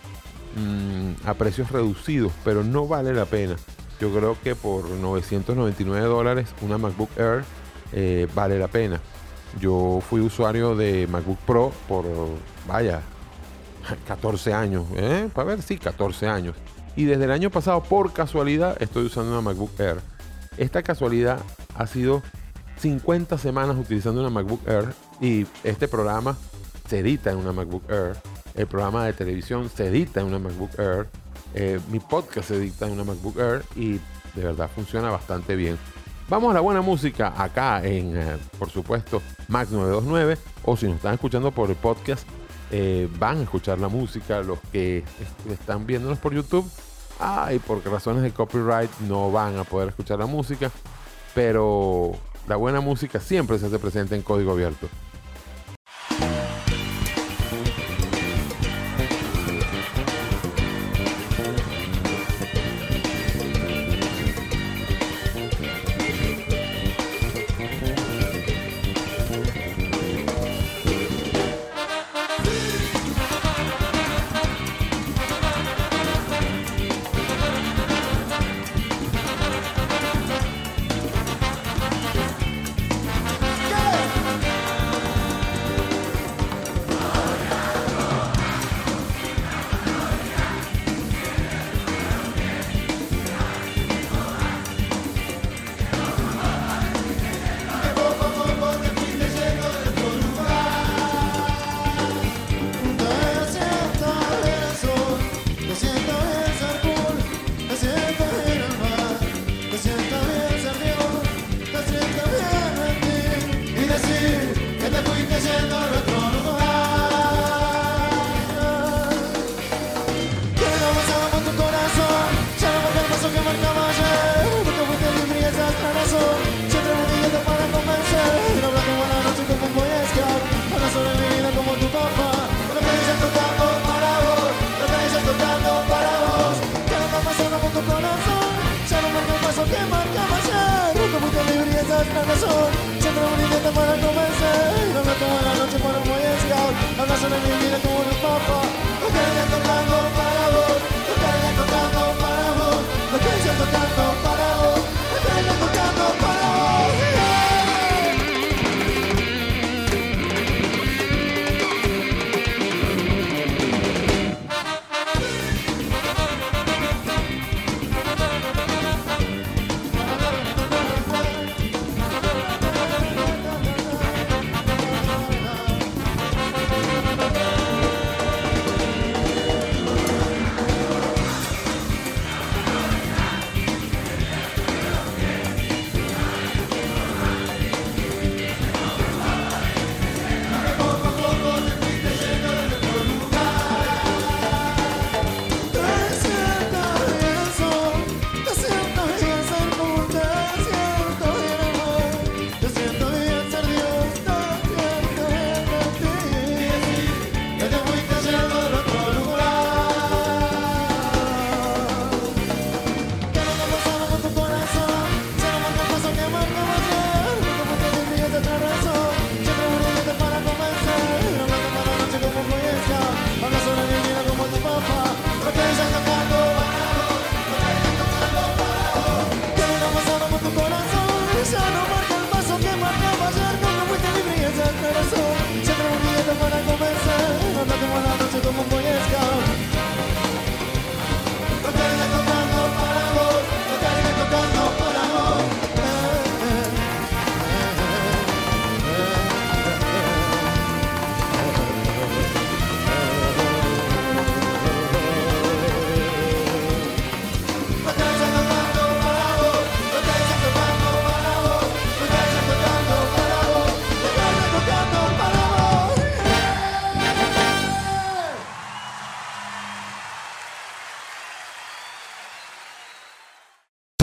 Speaker 2: a precios reducidos, pero no vale la pena. Yo creo que por $999 una MacBook Air vale la pena. Yo fui usuario de MacBook Pro por, 14 años, 14 años. Y desde el año pasado, por casualidad, estoy usando una MacBook Air. Esta casualidad ha sido 50 semanas utilizando una MacBook Air, y este programa se edita en una MacBook Air. El programa de televisión se edita en una MacBook Air. Mi podcast se edita en una MacBook Air y de verdad funciona bastante bien. Vamos a la buena música acá en, por supuesto, Max 929, o si nos están escuchando por el podcast, van a escuchar la música. Los que están viéndonos por YouTube, y por razones de copyright no van a poder escuchar la música, pero la buena música siempre se hace presente en Código Abierto.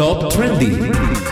Speaker 1: Top Trending.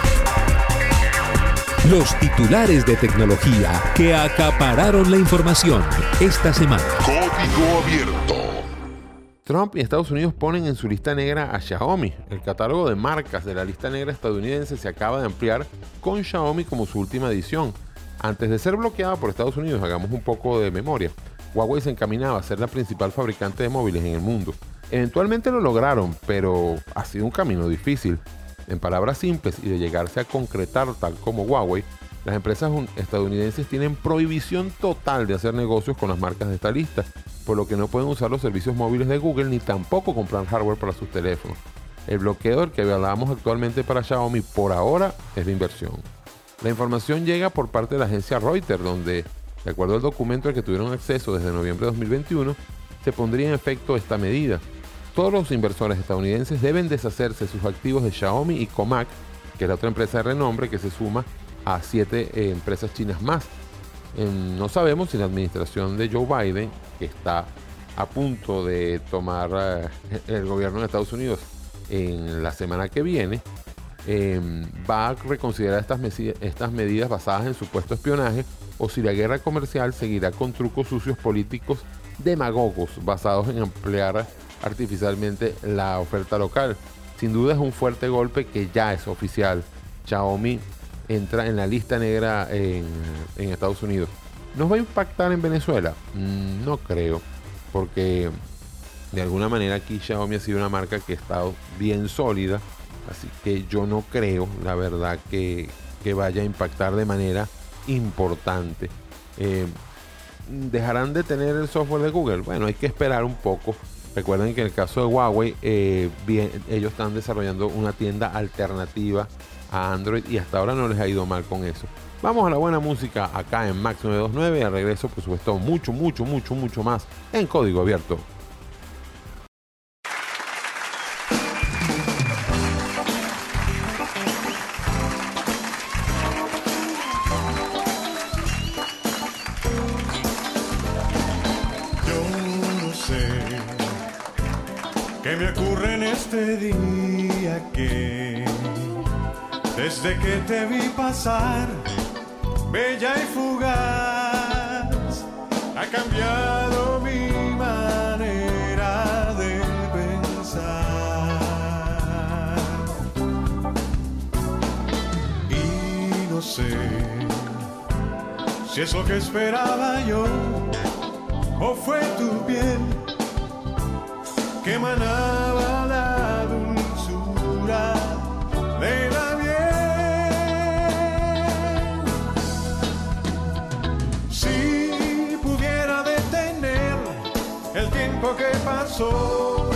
Speaker 1: Los titulares de tecnología que acapararon la información esta semana.
Speaker 2: Código abierto. Trump y Estados Unidos ponen en su lista negra a Xiaomi. El catálogo de marcas de la lista negra estadounidense se acaba de ampliar con Xiaomi como su última edición. Antes de ser bloqueada por Estados Unidos, hagamos un poco de memoria. Huawei se encaminaba a ser la principal fabricante de móviles en el mundo. Eventualmente lo lograron, pero ha sido un camino difícil. En palabras simples y de llegarse a concretar tal como Huawei, las empresas estadounidenses tienen prohibición total de hacer negocios con las marcas de esta lista, por lo que no pueden usar los servicios móviles de Google ni tampoco comprar hardware para sus teléfonos. El bloqueo del que hablábamos actualmente para Xiaomi por ahora es de inversión. La información llega por parte de la agencia Reuters, donde, de acuerdo al documento al que tuvieron acceso desde noviembre de 2021, se pondría en efecto esta medida. Todos los inversores estadounidenses deben deshacerse de sus activos de Xiaomi y Comac, que es la otra empresa de renombre que se suma a 7 empresas chinas más. No sabemos si la administración de Joe Biden, que está a punto de tomar el gobierno de Estados Unidos en la semana que viene, va a reconsiderar estas medidas basadas en supuesto espionaje, o si la guerra comercial seguirá con trucos sucios políticos demagogos basados en emplear artificialmente la oferta local. Sin duda es un fuerte golpe que ya es oficial. Xiaomi entra en la lista negra en Estados Unidos. ¿Nos va a impactar en Venezuela? No creo, porque de alguna manera aquí Xiaomi ha sido una marca que ha estado bien sólida, así que yo no creo, la verdad, que vaya a impactar de manera importante. ¿Dejarán de tener el software de Google? Bueno, hay que esperar un poco. Recuerden que en el caso de Huawei, ellos están desarrollando una tienda alternativa a Android y hasta ahora no les ha ido mal con eso. Vamos a la buena música acá en Max 929 y al regreso, por supuesto, mucho más en Código Abierto.
Speaker 5: ¿Qué me ocurre en este día que desde que te vi pasar, bella y fugaz, ha cambiado mi manera de pensar? Y no sé si es lo que esperaba yo o fue tu piel que emanaba la dulzura de la miel. Si pudiera detener el tiempo que pasó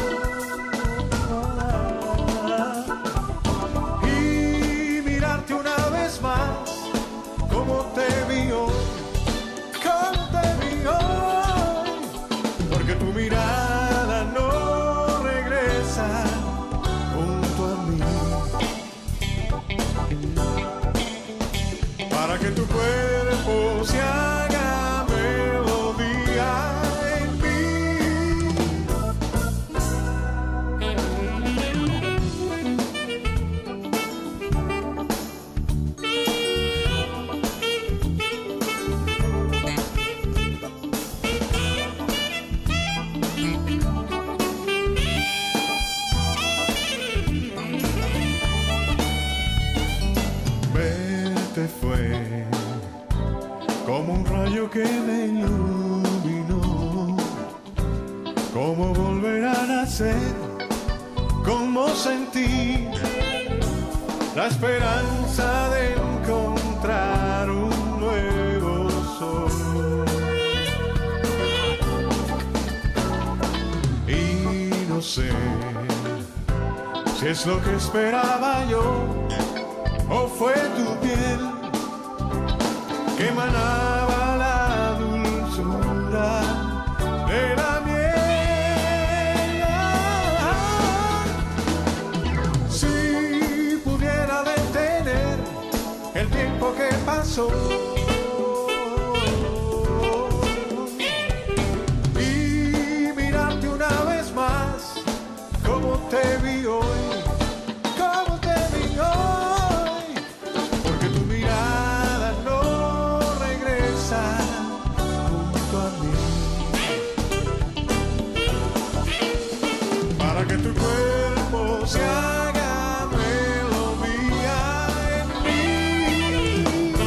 Speaker 5: y mirarte una vez más como te vi hoy, porque tu mirada no junto a mí, para que tu cuerpo se haga melodía en mí. Fue como un rayo que me iluminó, como volver a nacer, como sentir la esperanza de encontrar un nuevo sol. Y no sé si es lo que esperaba yo o fue tu piel que emanaba la dulzura de la miel. Si pudiera detener el tiempo que pasó y mirarte una vez más como te vi hoy, como te vi hoy. para que tu cuerpo se haga melodía en mí.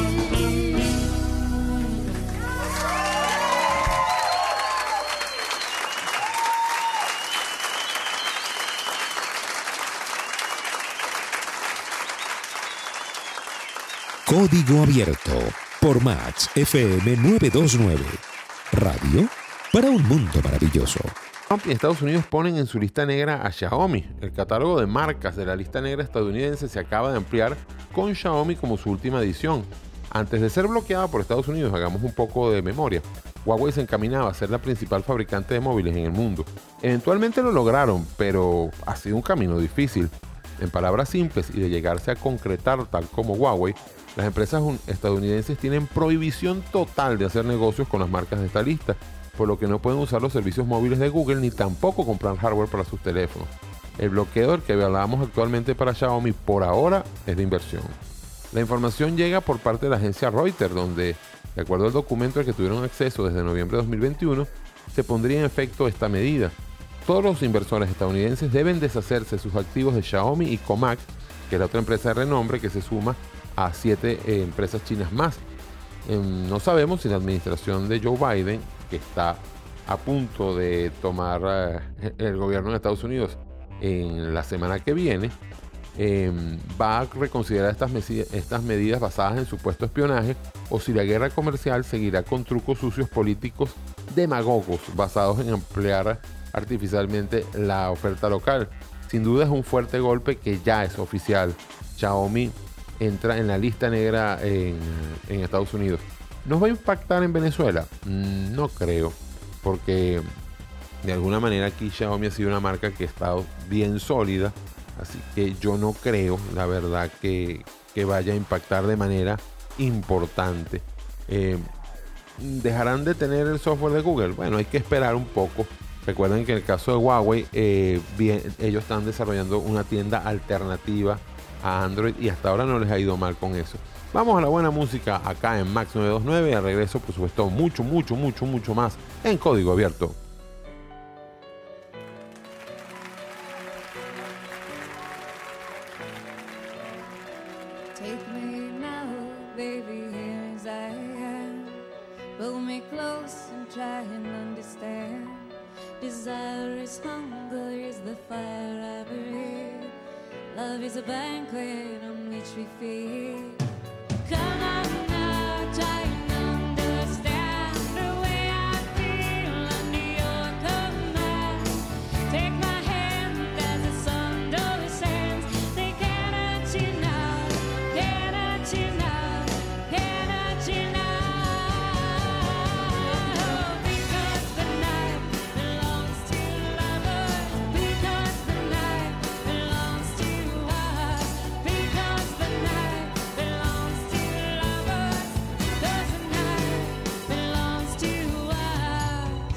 Speaker 1: Código Abierto por Max FM 929. Radio para un mundo maravilloso.
Speaker 2: Trump y Estados Unidos ponen en su lista negra a Xiaomi. El catálogo de marcas de la lista negra estadounidense se acaba de ampliar con Xiaomi como su última edición. Antes de ser bloqueada por Estados Unidos, hagamos un poco de memoria. Huawei se encaminaba a ser la principal fabricante de móviles en el mundo. Eventualmente lo lograron, pero ha sido un camino difícil. En palabras simples y de llegarse a concretar tal como Huawei, las empresas estadounidenses tienen prohibición total de hacer negocios con las marcas de esta lista, por lo que no pueden usar los servicios móviles de Google ni tampoco comprar hardware para sus teléfonos. El bloqueo del que hablábamos actualmente para Xiaomi por ahora es de inversión. La información llega por parte de la agencia Reuters, donde, de acuerdo al documento al que tuvieron acceso desde noviembre de 2021, se pondría en efecto esta medida. Todos los inversores estadounidenses deben deshacerse de sus activos de Xiaomi y Comac, que es la otra empresa de renombre que se suma a 7 empresas chinas más. No sabemos si la administración de Joe Biden, que está a punto de tomar el gobierno de Estados Unidos en la semana que viene, va a reconsiderar estas medidas basadas en supuesto espionaje, o si la guerra comercial seguirá con trucos sucios políticos demagogos basados en ampliar artificialmente la oferta local. Sin duda es un fuerte golpe que ya es oficial. Xiaomi entra en la lista negra en Estados Unidos. ¿Nos va a impactar en Venezuela? No creo, porque de alguna manera aquí Xiaomi ha sido una marca que ha estado bien sólida, así que yo no creo, la verdad, que vaya a impactar de manera importante. ¿Dejarán de tener el software de Google? Bueno, hay que esperar un poco. Recuerden que en el caso de Huawei, ellos están desarrollando una tienda alternativa a Android y hasta ahora no les ha ido mal con eso. Vamos a la buena música acá en Max 929 y al regreso, por supuesto, mucho más en Código Abierto.
Speaker 10: Take me now, baby, here as I am. Pull me close and try and understand. Desire is hunger, is the fire I breathe. Love is a banquet on which we feed. Come on now, try and understand the way I feel under your command. Take my hand as the sun descends. They cannot you now, cannot you now, cannot you now. Because the night belongs to lovers. Because the night belongs to us. Because the night belongs to lovers. Because the night belongs to us.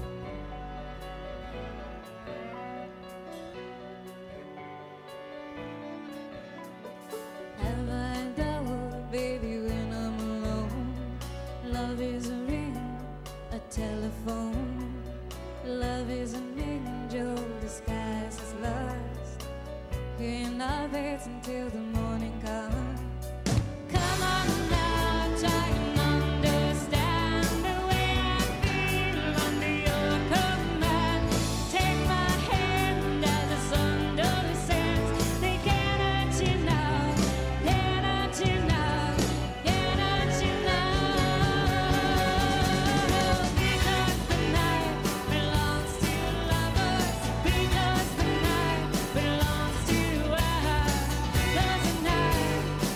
Speaker 10: Have I doubt, baby, when I'm alone? Love is a ring, a telephone. Love is an angel disguised as lust. Here in our beds until the morning comes. Come on now, try and understand the way I feel under your command. Take my hand as the sun descends. They cannot you now, cannot you now, cannot you now. Because the night belongs to lovers. Because the night belongs to us. Because the night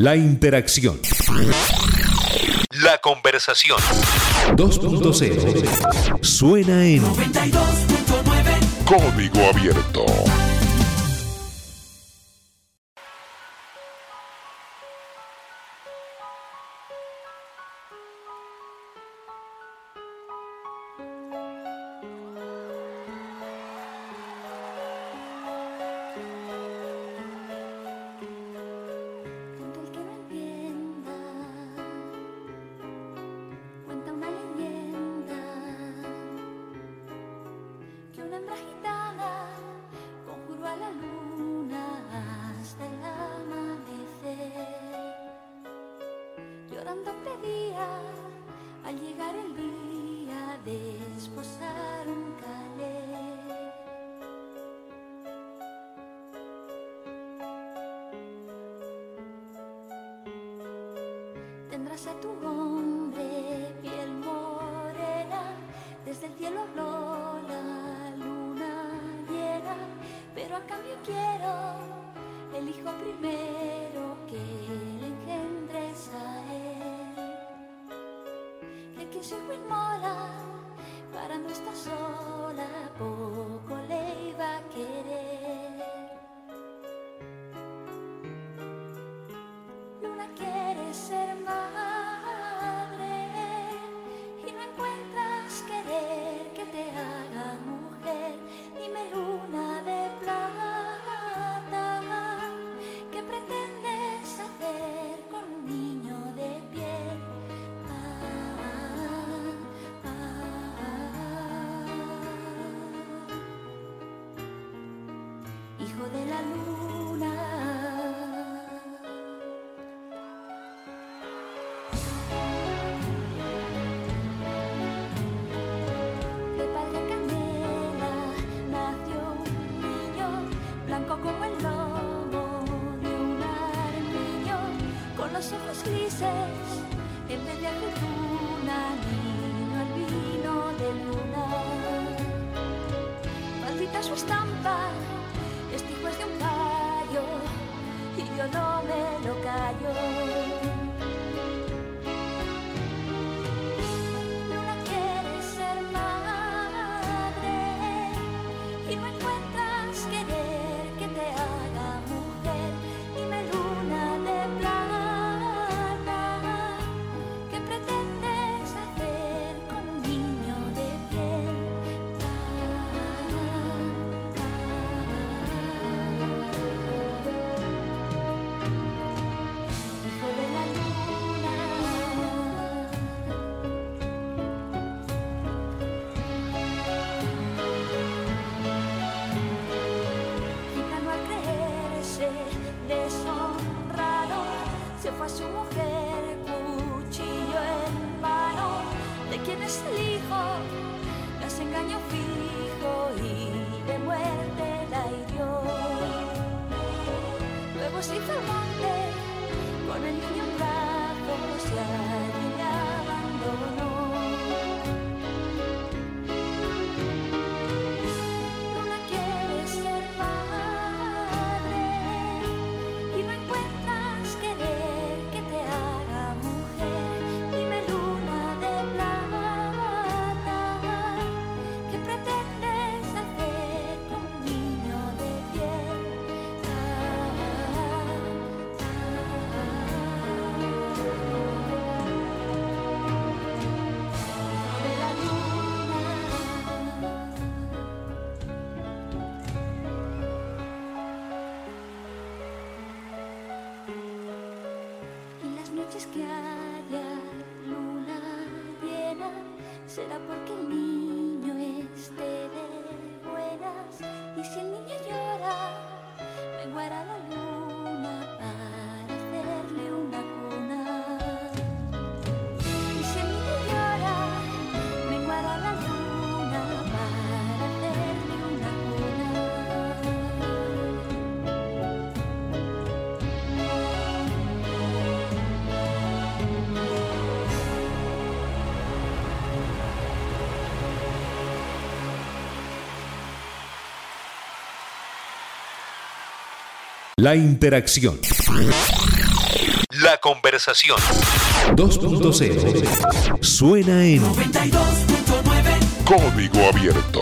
Speaker 1: La interacción. La conversación. 2.0 suena en
Speaker 7: 92.9
Speaker 1: Código Abierto.
Speaker 10: Cuento el que no entienda, cuenta una leyenda que una hembra gitana conjuró a la luna hasta el amanecer. Llorando pedía al llegar el día de esposar un calé. Tendrás a tu hombre piel morena, desde el cielo habló la luna llena, pero a cambio quiero el hijo primero que le engendres a él. Que quien su hijo inmola para no estar sola, poco le iba a querer. Luna quiere ser madre y no encuentras querer que te haga mujer. Dime, luna de plata, ¿qué pretendes hacer con un niño de piel? Hijo de la luna. De padre canela nació un niño, blanco como el lomo de un armiño, con los ojos grises en vez de aceituna, niño albino de luna. Maldita su estampa, este hijo es de un gallo y yo no me lo callo. Luna quiere ser madre y no encuentras querer que te haga mujer. Dime, luna de plata, ¿qué pretendes hacer con un niño de piel? Hijo de la luna. Gitano al creerse deshonrado, se fue a su mujer, cuchillo en mano. ¿De quién es el hijo? Las engañó fijo y de muerte la hirió. Luego se hizo el monte con el niño en brazos y allí le abandonó. Luna quiere ser madre y no encuentras querer que te haga mujer. Dime, luna de plata, ¿qué pretendes hacer con un niño de piel? De la luna. Y las noches que haya luna llena, será porque el niño esté de buenas. Y si el niño llora, menguará la luna para hacerle una cuna. Y si el niño llora, menguará la luna para hacerle una cuna.
Speaker 1: La interacción. La conversación 2.0 suena en
Speaker 7: 92.9.
Speaker 1: Código Abierto.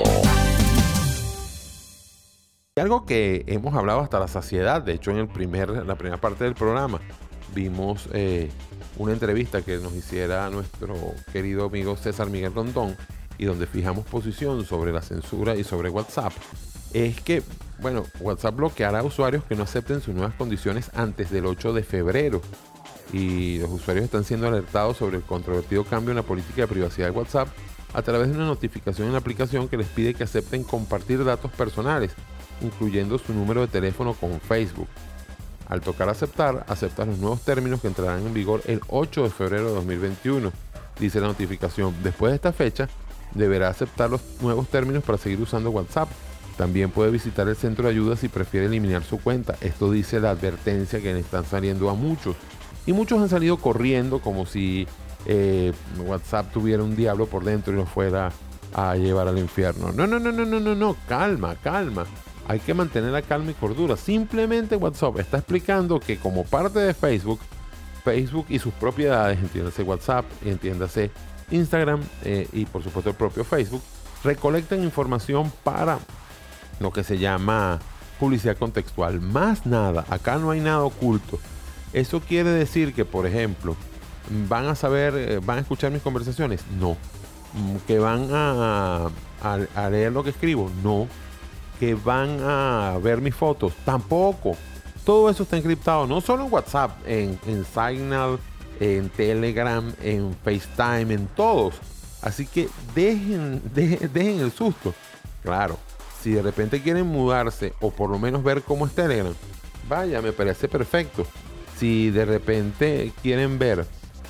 Speaker 2: Algo que hemos hablado hasta la saciedad, de hecho en la primera parte del programa vimos una entrevista que nos hiciera nuestro querido amigo César Miguel Rondón y donde fijamos posición sobre la censura y sobre WhatsApp. Es que, bueno, WhatsApp bloqueará a usuarios que no acepten sus nuevas condiciones antes del 8 de febrero. Y los usuarios están siendo alertados sobre el controvertido cambio en la política de privacidad de WhatsApp a través de una notificación en la aplicación que les pide que acepten compartir datos personales, incluyendo su número de teléfono con Facebook. Al tocar aceptar, aceptas los nuevos términos que entrarán en vigor el 8 de febrero de 2021. Dice la notificación, después de esta fecha, deberá aceptar los nuevos términos para seguir usando WhatsApp. También puede visitar el centro de ayuda si prefiere eliminar su cuenta. Esto dice la advertencia que le están saliendo a muchos. Y muchos han salido corriendo como si WhatsApp tuviera un diablo por dentro y lo fuera a llevar al infierno. No. Calma. Hay que mantener la calma y cordura. Simplemente WhatsApp está explicando que como parte de Facebook y sus propiedades, entiéndase WhatsApp, entiéndase Instagram y por supuesto el propio Facebook, recolectan información para lo que se llama publicidad contextual. Más nada, acá no hay nada oculto. Eso quiere decir que, por ejemplo, van a escuchar mis conversaciones, no. Que van a leer lo que escribo, no. Que van a ver mis fotos, tampoco. Todo eso está encriptado, no solo en WhatsApp, en Signal, en Telegram, en FaceTime, en todos. Así que dejen el susto. Claro, si de repente quieren mudarse o por lo menos ver cómo es Telegram, vaya, me parece perfecto. Si de repente quieren ver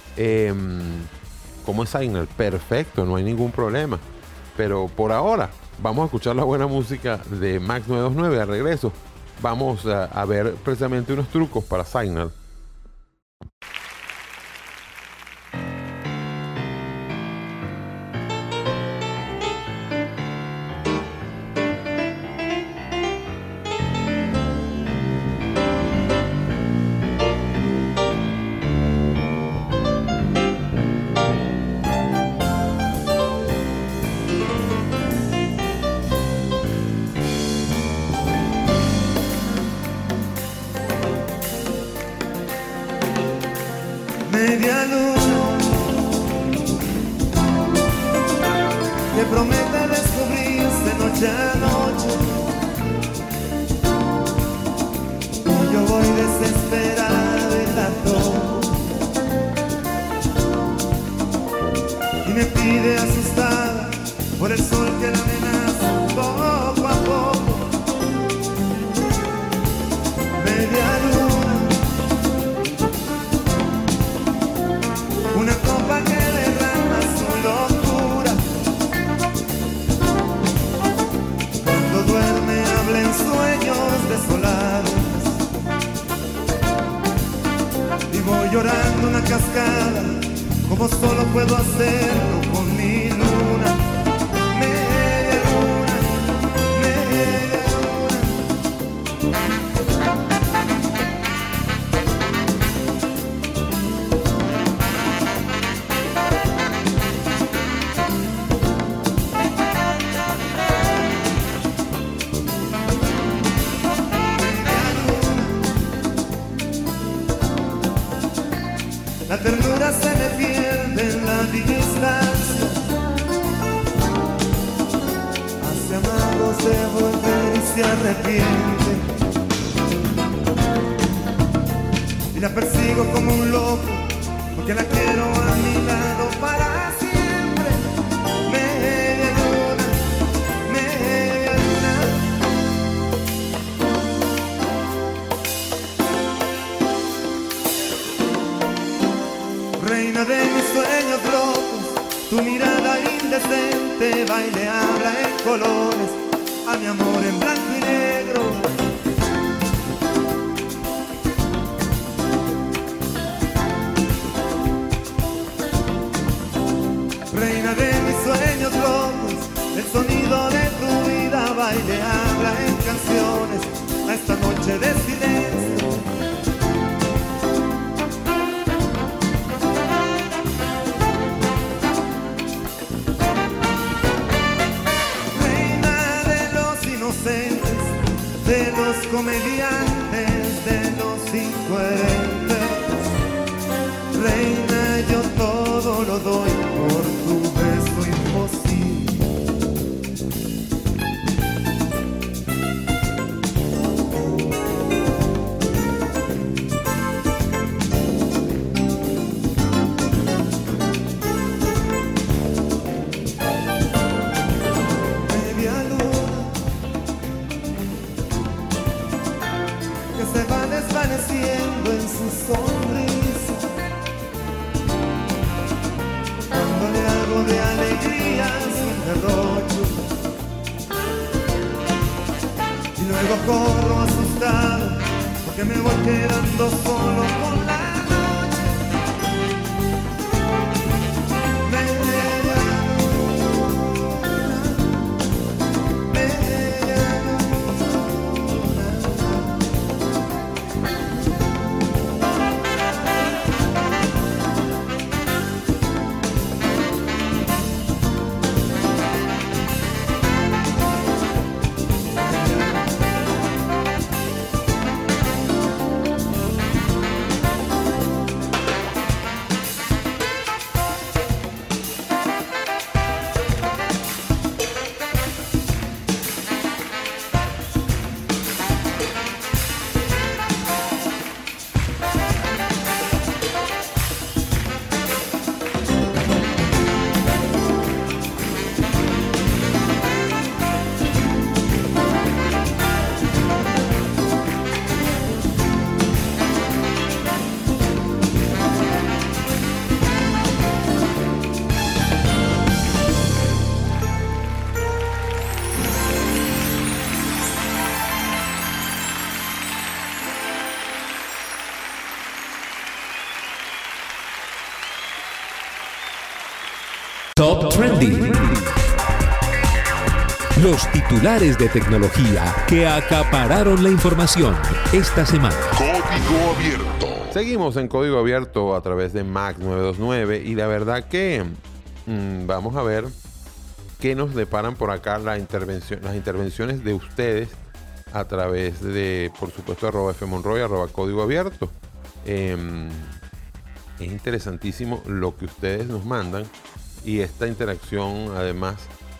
Speaker 2: cómo es Signal, perfecto, no hay ningún problema. Pero por ahora, vamos a escuchar la buena música de Max 929. Al regreso, vamos a ver precisamente unos trucos para Signal.
Speaker 5: Media luna que promete descubrirse noche a noche, y yo voy desesperada de tanto, y me pide asustada por el sol que la amenaza poco a poco. Media luna, una copa que derrama su locura. Cuando duerme habla en sueños desolados, y voy llorando una cascada como solo puedo hacerlo con mi luna. Media luna, media luna. La ternura se me pierde en la distancia, hace amagos de volver y se arrepiente, y la persigo como un loco porque la quiero a mi lado para siempre. Media luna, media luna. Reina de mis sueños locos, tu mirada indecente va y le habla en colores a mi amor en blanco y negro. Reina de mis sueños locos, el sonido de tu vida va y le habla en canciones a esta noche de silencio. comediantes de los incoherentes. Reina, yo todo lo doy por tu beso imposible. Media luna que se va desvaneciendo en su sonrisa. Cuando le hago de alegrías un derrocho y luego corro asustado porque me voy quedando solo con la noche. Media luna, media
Speaker 1: Top Trending. Los titulares de tecnología que acapararon la información esta semana.
Speaker 2: Código Abierto. Seguimos en Código Abierto a través de Max 929 y la verdad que vamos a ver qué nos deparan por acá las intervenciones de ustedes a través de, por supuesto, @fmonroy, @Código Abierto. Es interesantísimo lo que ustedes nos mandan y esta interacción además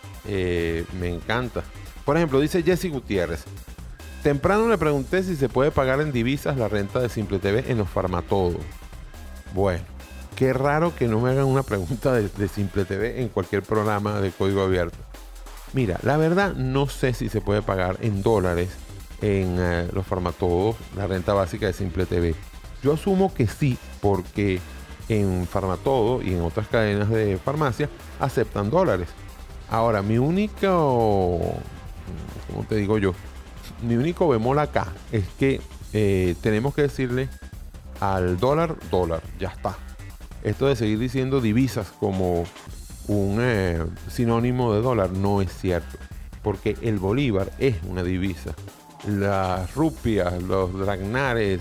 Speaker 2: me encanta. Por ejemplo, dice Jessy Gutiérrez: temprano le pregunté si se puede pagar en divisas la renta de Simple TV en los Farmatodo. Bueno, qué raro que no me hagan una pregunta de Simple TV en cualquier programa de Código Abierto. Mira, la verdad no sé si se puede pagar en dólares en los Farmatodo la renta básica de Simple TV. Yo asumo que sí, porque en Farmatodo y en otras cadenas de farmacia aceptan dólares. Ahora, mi único, ¿cómo te digo yo? Mi único bemol acá es que tenemos que decirle al dólar, ya está. Esto de seguir diciendo divisas como un sinónimo de dólar no es cierto, porque el bolívar es una divisa. Las rupias, los dragnares,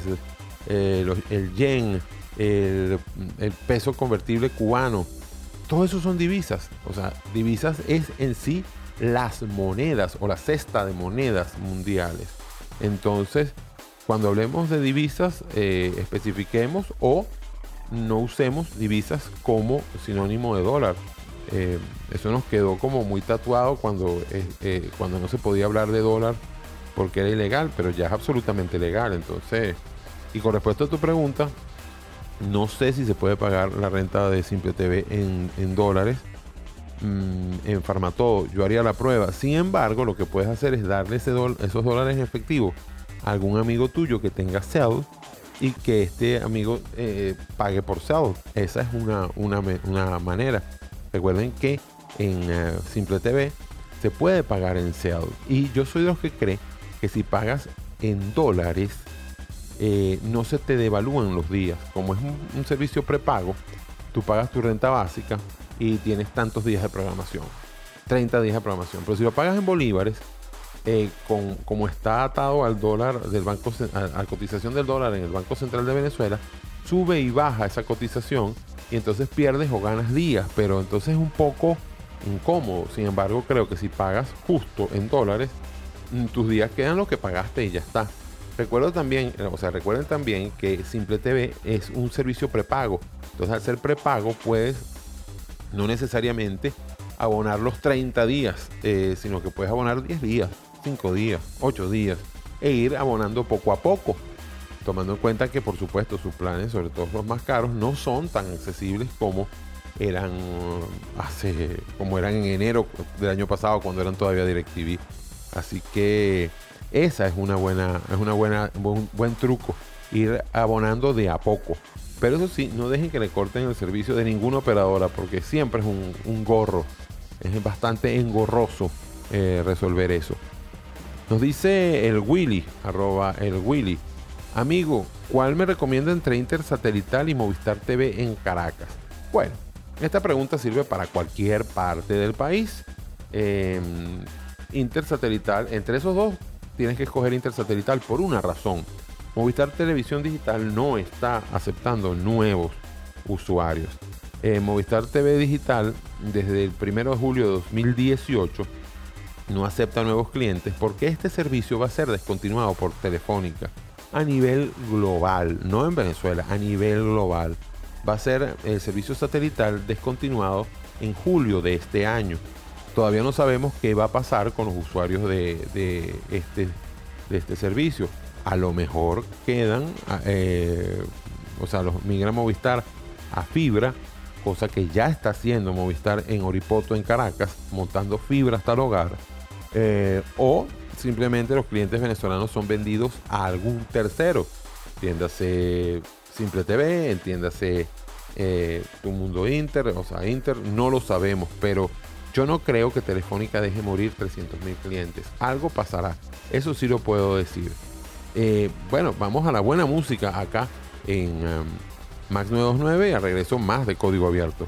Speaker 2: el yen, el peso convertible cubano, todo eso son divisas. O sea, divisas es en sí las monedas o la cesta de monedas mundiales. Entonces, cuando hablemos de divisas, especifiquemos o no usemos divisas como sinónimo de dólar. Eso nos quedó como muy tatuado cuando no se podía hablar de dólar porque era ilegal, pero ya es absolutamente legal. Entonces, y con respuesta a tu pregunta, no sé si se puede pagar la renta de Simple TV en dólares. En Farmatodo yo haría la prueba. Sin embargo, lo que puedes hacer es darle esos dólares en efectivo a algún amigo tuyo que tenga Zelle y que este amigo pague por Zelle. Esa es una manera. Recuerden que en Simple TV se puede pagar en Zelle, y yo soy de los que cree que si pagas en dólares no se te devalúan los días. Como es un servicio prepago, tú pagas tu renta básica y tienes tantos días de programación, 30 días de programación. Pero si lo pagas en bolívares, como está atado al dólar del banco, a la cotización del dólar en el Banco Central de Venezuela, sube y baja esa cotización y entonces pierdes o ganas días, pero entonces es un poco incómodo. Sin embargo, creo que si pagas justo en dólares, tus días quedan lo que pagaste y ya está. Recuerden también que Simple TV es un servicio prepago. Entonces, al ser prepago, puedes no necesariamente abonar los 30 días, sino que puedes abonar 10 días, 5 días, 8 días e ir abonando poco a poco, tomando en cuenta que, por supuesto, sus planes, sobre todo los más caros, no son tan accesibles como eran en enero del año pasado, cuando eran todavía DirecTV. Así que esa es un buen truco, ir abonando de a poco. Pero eso sí, no dejen que le corten el servicio de ninguna operadora, porque siempre es un gorro. Es bastante engorroso resolver eso. Nos dice el Willy, @el Willy. Amigo, ¿cuál me recomienda entre Intersatelital y Movistar TV en Caracas? Bueno, esta pregunta sirve para cualquier parte del país. Intersatelital, entre esos dos tienes que escoger Intersatelital por una razón. Movistar Televisión Digital no está aceptando nuevos usuarios. Movistar TV Digital, desde el 1 de julio de 2018, no acepta nuevos clientes porque este servicio va a ser descontinuado por Telefónica a nivel global, no en Venezuela, a nivel global. Va a ser el servicio satelital descontinuado en julio de este año. Todavía no sabemos qué va a pasar con los usuarios de este servicio. A lo mejor quedan, los migra Movistar a fibra, cosa que ya está haciendo Movistar en Oripoto, en Caracas, montando fibra hasta el hogar, o simplemente los clientes venezolanos son vendidos a algún tercero, entiéndase Simple TV, entiéndase Tu Mundo Inter, Inter, no lo sabemos, pero yo no creo que Telefónica deje morir 300.000 clientes. Algo pasará, eso sí lo puedo decir. Bueno, vamos a la buena música acá en Max 929 y al regreso más de Código Abierto.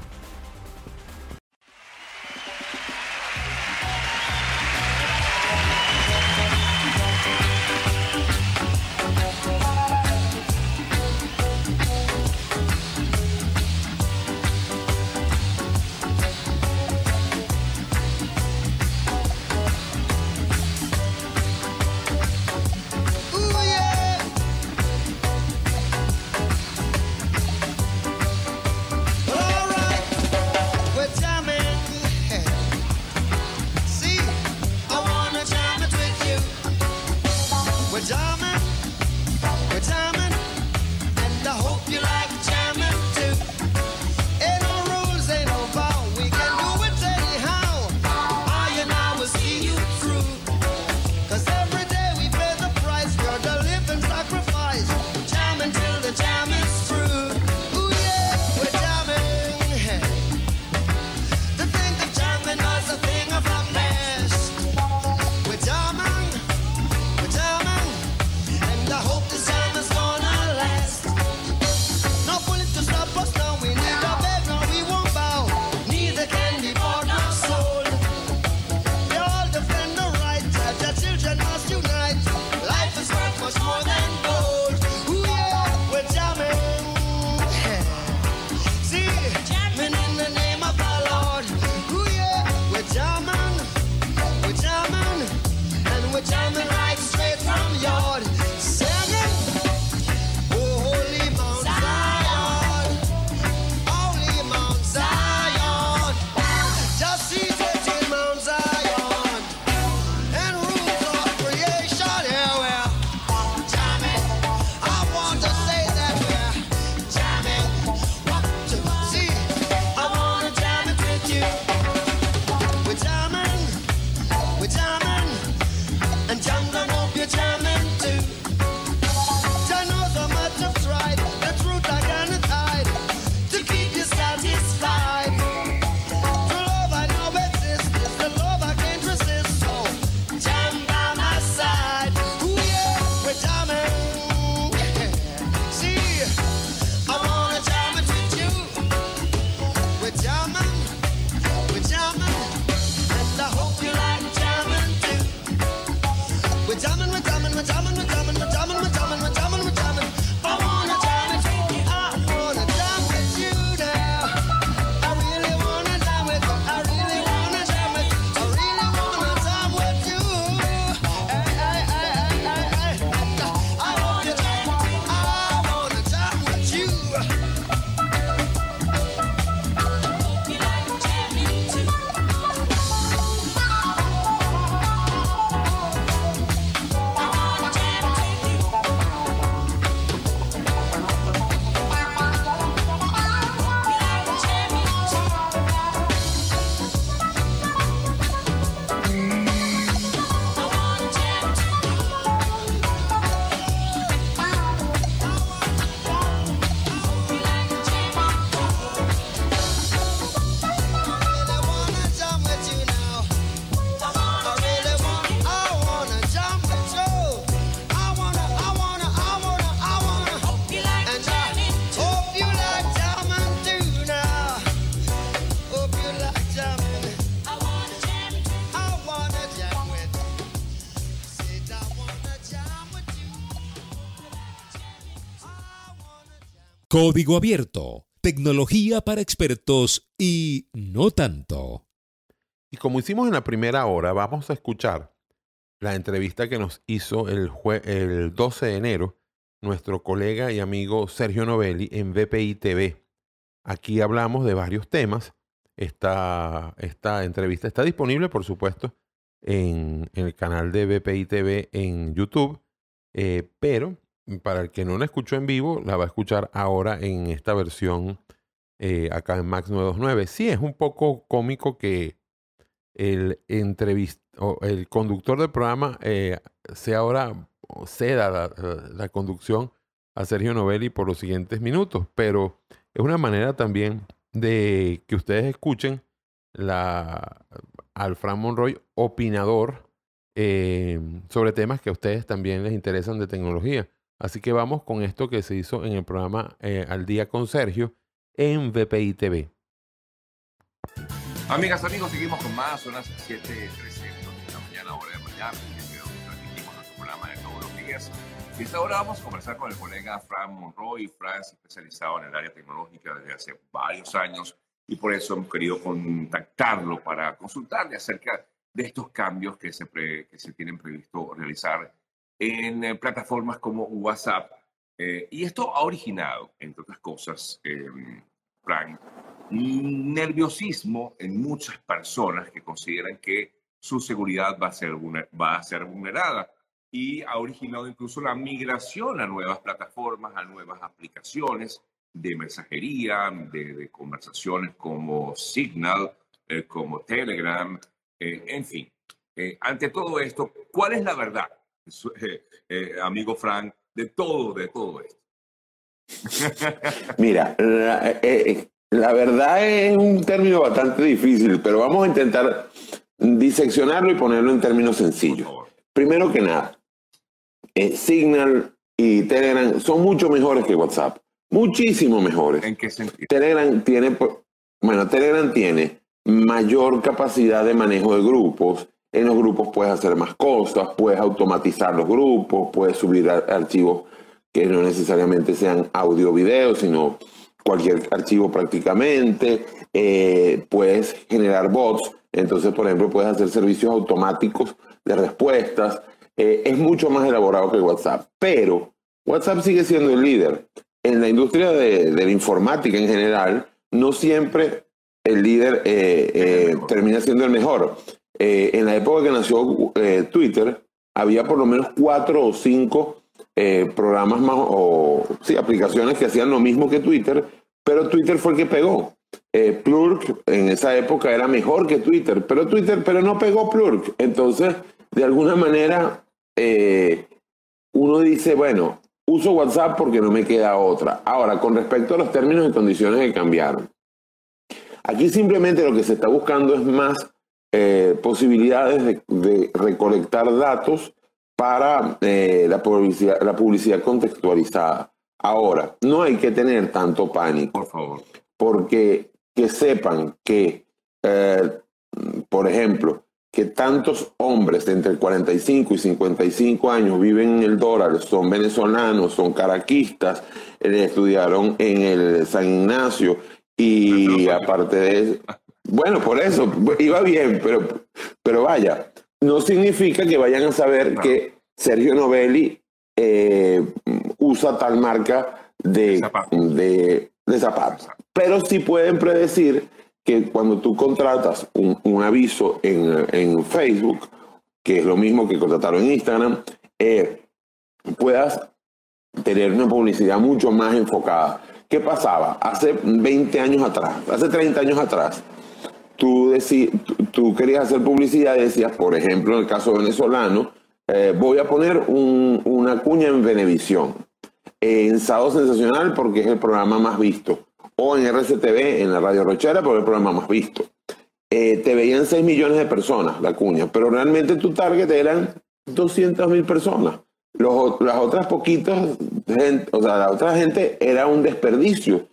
Speaker 1: Código Abierto, tecnología para expertos y no tanto.
Speaker 2: Y como hicimos en la primera hora, vamos a escuchar la entrevista que nos hizo el 12 de enero nuestro colega y amigo Sergio Novelli en VPI TV. Aquí hablamos de varios temas. Esta entrevista está disponible, por supuesto, en el canal de VPI TV en YouTube, pero para el que no la escuchó en vivo, la va a escuchar ahora en esta versión acá en Max 929. Sí, es un poco cómico que el conductor del programa ceda la conducción a Sergio Novelli por los siguientes minutos, pero es una manera también de que ustedes escuchen al Fran Monroy opinador sobre temas que a ustedes también les interesan de tecnología. Así que vamos con esto que se hizo en el programa Al Día con Sergio en VPI TV.
Speaker 11: Amigas, amigos, seguimos con más. Son las 7:13 de la mañana, hora de Miami, desde donde transmitimos nuestro programa de todos los días. Y esta hora vamos a conversar con el colega Fran Monroy. Fran es especializado en el área tecnológica desde hace varios años y por eso hemos querido contactarlo para consultarle acerca de estos cambios que se tienen previsto realizar en plataformas como WhatsApp. Y esto ha originado, entre otras cosas, Fran, nerviosismo en muchas personas que consideran que su seguridad va a ser vulnerada y ha originado incluso la migración a nuevas plataformas, a nuevas aplicaciones de mensajería, de conversaciones como Signal, como Telegram, en fin. Ante todo esto, ¿cuál es la verdad, amigo Frank, de todo esto?
Speaker 12: Mira, la verdad es un término bastante difícil, pero vamos a intentar diseccionarlo y ponerlo en términos sencillos. Primero que nada, Signal y Telegram son mucho mejores que WhatsApp. Muchísimo mejores.
Speaker 11: ¿En qué sentido?
Speaker 12: Telegram tiene mayor capacidad de manejo de grupos. En los grupos puedes hacer más cosas, puedes automatizar los grupos, puedes subir archivos que no necesariamente sean audio o video, sino cualquier archivo prácticamente. Puedes generar bots. Entonces, por ejemplo, puedes hacer servicios automáticos de respuestas. Es mucho más elaborado que WhatsApp. Pero WhatsApp sigue siendo el líder. En la industria de la informática en general, no siempre el líder termina siendo el mejor. En la época que nació Twitter, había por lo menos 4 o 5 programas más, aplicaciones que hacían lo mismo que Twitter, pero Twitter fue el que pegó. Plurk en esa época era mejor que Twitter, pero no pegó Plurk. Entonces, de alguna manera, uno dice, bueno, uso WhatsApp porque no me queda otra. Ahora, con respecto a los términos y condiciones que cambiaron, aquí simplemente lo que se está buscando es más posibilidades de recolectar datos para la publicidad contextualizada. Ahora, no hay que tener tanto pánico.
Speaker 11: Por favor.
Speaker 12: Porque que sepan que, por ejemplo, que tantos hombres entre 45 y 55 años viven en el Doral, son venezolanos, son caraquistas, estudiaron en el San Ignacio y aparte de eso, bueno, por eso iba bien, pero vaya, no significa que vayan a saber que Sergio Novelli usa tal marca de zapatos. Pero sí pueden predecir que cuando tú contratas un aviso en Facebook, que es lo mismo que contratar en Instagram, puedas tener una publicidad mucho más enfocada. ¿Qué pasaba? Hace 20 años atrás, hace 30 años atrás, tú querías hacer publicidad y decías, por ejemplo, en el caso venezolano, voy a poner una cuña en Venevisión, en Sábado Sensacional porque es el programa más visto, o en RCTV, en la Radio Rochera, porque es el programa más visto. Te veían 6 millones de personas la cuña, pero realmente tu target eran 200.000 personas. Las otras poquitas gente, la otra gente era un desperdicio.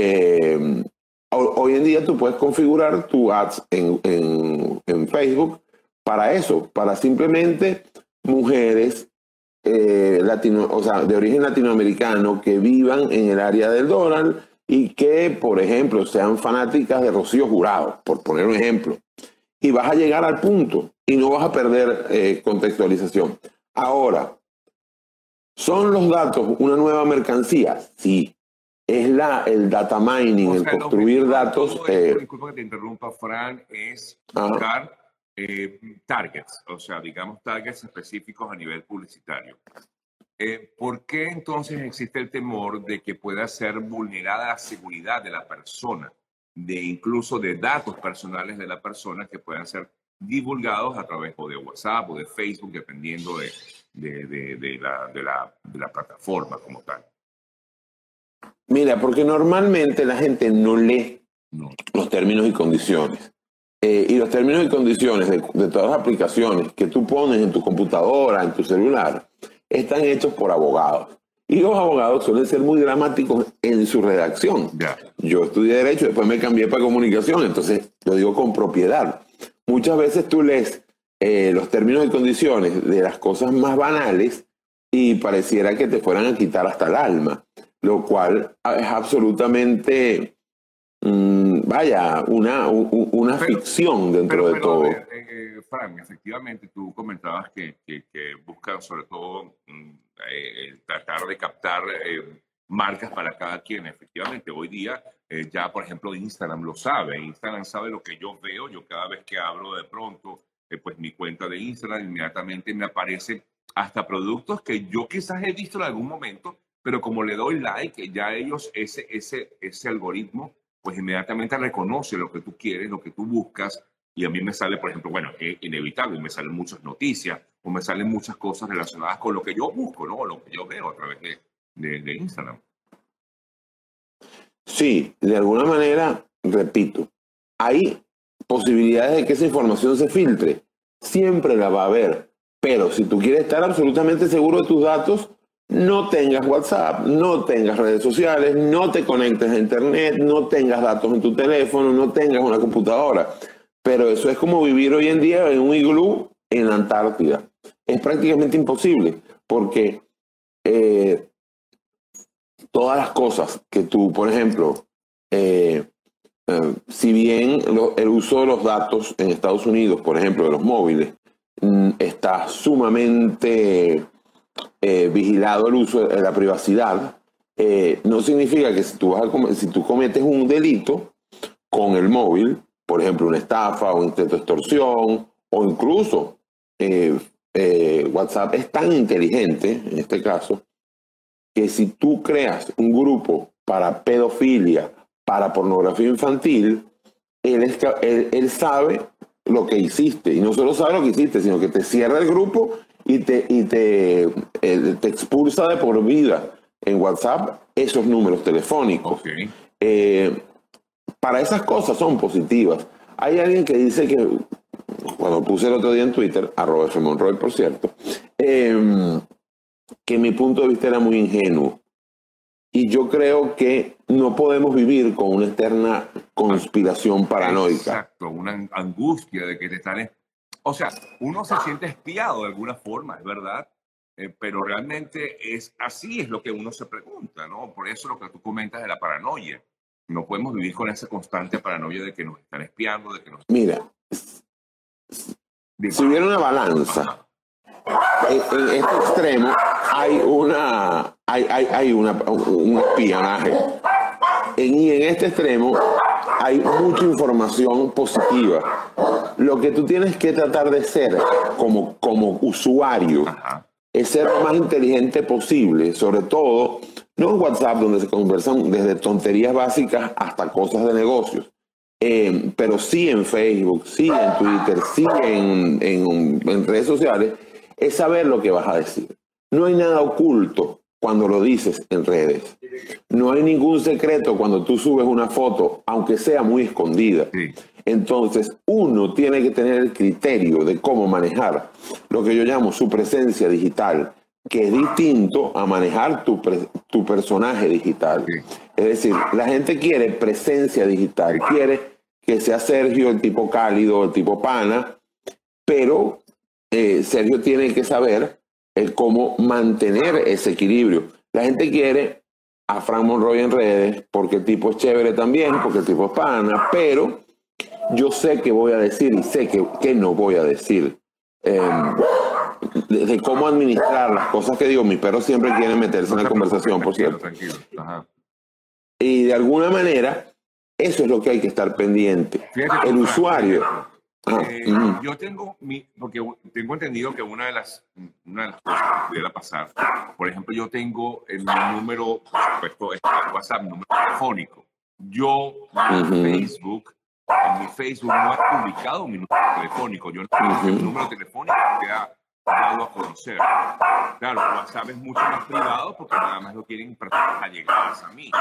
Speaker 12: Hoy en día tú puedes configurar tu ads en Facebook para eso, para simplemente mujeres de origen latinoamericano que vivan en el área del dólar y que, por ejemplo, sean fanáticas de Rocío Jurado, por poner un ejemplo. Y vas a llegar al punto y no vas a perder contextualización. Ahora, ¿son los datos una nueva mercancía? Sí. Es el data mining, el construir datos.
Speaker 11: Disculpa que te interrumpa, Fran, es buscar targets, o sea, digamos targets específicos a nivel publicitario. ¿Por qué entonces existe el temor de que pueda ser vulnerada la seguridad de la persona, incluso de datos personales de la persona que puedan ser divulgados a través o de WhatsApp o de Facebook, dependiendo de la plataforma como tal?
Speaker 12: Mira, porque normalmente la gente no lee los términos y condiciones. Y los términos y condiciones de todas las aplicaciones que tú pones en tu computadora, en tu celular, están hechos por abogados. Y los abogados suelen ser muy dramáticos en su redacción. Yo estudié Derecho, después me cambié para Comunicación, entonces lo digo con propiedad. Muchas veces tú lees los términos y condiciones de las cosas más banales y pareciera que te fueran a quitar hasta el alma, lo cual es absolutamente... una ficción dentro de todo.
Speaker 11: Fran, efectivamente, tú comentabas que buscan sobre todo tratar de captar marcas para cada quien. Efectivamente, hoy día ya, por ejemplo, Instagram lo sabe. Instagram sabe lo que yo veo. Yo cada vez que abro de pronto, pues mi cuenta de Instagram, inmediatamente me aparecen hasta productos que yo quizás he visto en algún momento, pero como le doy like, ya ellos, ese algoritmo, pues inmediatamente reconoce lo que tú quieres, lo que tú buscas, y a mí me sale, por ejemplo, bueno, es inevitable, me salen muchas noticias, o me salen muchas cosas relacionadas con lo que yo busco, ¿no? Lo que yo veo a través de Instagram.
Speaker 12: Sí, de alguna manera, repito, hay posibilidades de que esa información se filtre, siempre la va a haber, pero si tú quieres estar absolutamente seguro de tus datos, no tengas WhatsApp, no tengas redes sociales, no te conectes a Internet, no tengas datos en tu teléfono, no tengas una computadora. Pero eso es como vivir hoy en día en un iglú en la Antártida. Es prácticamente imposible porque todas las cosas que tú, por ejemplo, si bien el uso de los datos en Estados Unidos, por ejemplo, de los móviles, está sumamente... vigilado el uso de la privacidad, no significa que si tú cometes un delito con el móvil, por ejemplo una estafa o un intento de extorsión o incluso WhatsApp es tan inteligente en este caso que si tú creas un grupo para pedofilia, para pornografía infantil, él sabe lo que hiciste, y no solo sabe lo que hiciste, sino que te cierra el grupo y te expulsa de por vida en WhatsApp esos números telefónicos. Para esas cosas son positivas. Hay alguien que dice que, cuando puse el otro día en Twitter, @fmonroy, por cierto, que mi punto de vista era muy ingenuo. Y yo creo que no podemos vivir con una eterna conspiración paranoica.
Speaker 11: Exacto, una angustia de que te están... O sea, uno se siente espiado de alguna forma, es verdad, pero realmente así es lo que uno se pregunta, ¿no? Por eso lo que tú comentas de la paranoia. No podemos vivir con esa constante paranoia de que nos están espiando, de que nos...
Speaker 12: Mira, si hubiera una balanza, en este extremo hay un espionaje. Y en este extremo hay mucha información positiva. Lo que tú tienes que tratar de ser como usuario es ser lo más inteligente posible, sobre todo, no en WhatsApp, donde se conversan desde tonterías básicas hasta cosas de negocios, pero sí en Facebook, sí en Twitter, sí en redes sociales, es saber lo que vas a decir. No hay nada oculto cuando lo dices en redes. No hay ningún secreto cuando tú subes una foto, aunque sea muy escondida. Entonces, uno tiene que tener el criterio de cómo manejar lo que yo llamo su presencia digital, que es distinto a manejar tu personaje digital. Es decir, la gente quiere presencia digital, quiere que sea Sergio el tipo cálido, el tipo pana, pero Sergio tiene que saber cómo mantener ese equilibrio. La gente quiere a Frank Monroy en redes porque el tipo es chévere también, porque el tipo es pana, pero yo sé qué voy a decir y sé que no voy a decir. De cómo administrar las cosas que digo. Mi perro siempre quiere meterse en la conversación, por cierto.
Speaker 11: Tranquilo. Ajá.
Speaker 12: Y de alguna manera, eso es lo que hay que estar pendiente.
Speaker 11: Fíjate
Speaker 12: El
Speaker 11: tú,
Speaker 12: usuario.
Speaker 11: Yo porque tengo entendido que una de las cosas que pudiera pasar, por ejemplo, yo tengo mi número, por supuesto, WhatsApp, mi número telefónico. Yo en mi Facebook no he publicado mi número telefónico. Yo no tengo un número telefónico que ha dado a conocer. Claro, WhatsApp es mucho más privado porque nada más lo quieren personas allegadas a mí.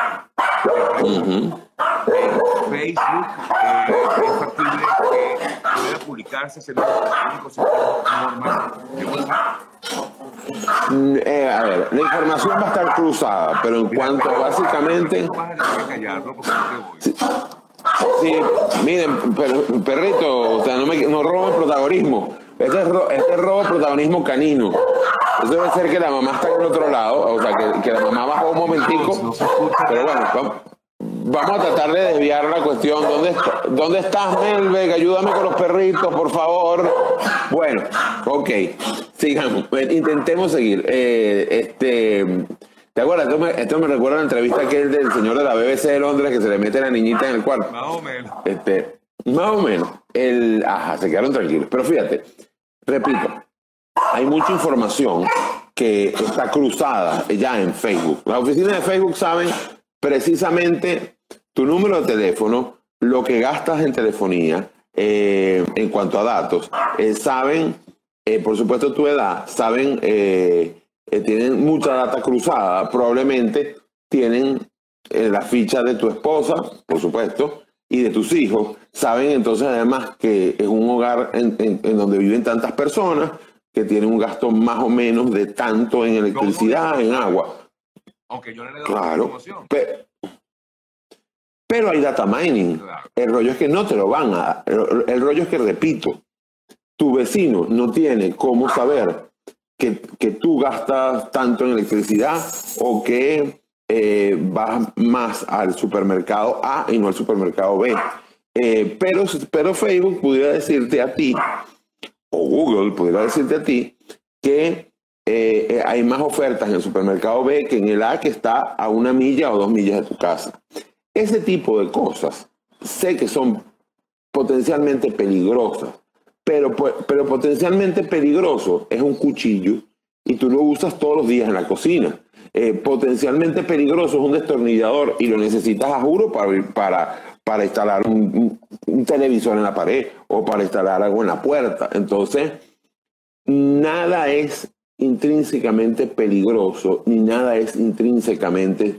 Speaker 11: Facebook es factible que pueda publicarse ese número telefónico sin normas de WhatsApp.
Speaker 12: A ver, la información va a estar cruzada, pero en cuanto a básicamente...
Speaker 11: No vas a tener que callarlo porque no te voy.
Speaker 12: Sí, miren, perrito, o sea, no roben protagonismo. Este es robo de protagonismo canino. Eso debe ser que la mamá está en el otro lado, o sea, que la mamá bajó un momentico. Pero bueno, vamos a tratar de desviar la cuestión. ¿Dónde estás, Melbeck? Ayúdame con los perritos, por favor. Bueno, ok, sigamos, intentemos seguir. ¿Te acuerdas? Esto me recuerda a la entrevista aquel del señor de la BBC de Londres que se le mete la niñita en el cuarto.
Speaker 11: Más o menos.
Speaker 12: Más o menos. Se quedaron tranquilos. Pero fíjate, repito, hay mucha información que está cruzada ya en Facebook. Las oficinas de Facebook saben precisamente tu número de teléfono, lo que gastas en telefonía, en cuanto a datos. Saben, por supuesto, tu edad, saben... tienen mucha data cruzada, probablemente tienen la ficha de tu esposa, por supuesto, y de tus hijos. Saben entonces además que es un hogar en donde viven tantas personas que tienen un gasto más o menos de tanto en electricidad, en agua.
Speaker 11: Aunque yo no le doy información.
Speaker 12: Pero hay data mining.
Speaker 11: Claro.
Speaker 12: El rollo es que no te lo van a dar. El rollo es que, repito, tu vecino no tiene cómo saber que tú gastas tanto en electricidad o que vas más al supermercado A y no al supermercado B. Pero Facebook pudiera decirte a ti, o Google pudiera decirte a ti, que hay más ofertas en el supermercado B que en el A, que está a 1 milla o 2 millas de tu casa. Ese tipo de cosas sé que son potencialmente peligrosas. Pero potencialmente peligroso es un cuchillo y tú lo usas todos los días en la cocina. Potencialmente peligroso es un destornillador y lo necesitas, a juro, para instalar un televisor en la pared o para instalar algo en la puerta. Entonces, nada es intrínsecamente peligroso ni nada es intrínsecamente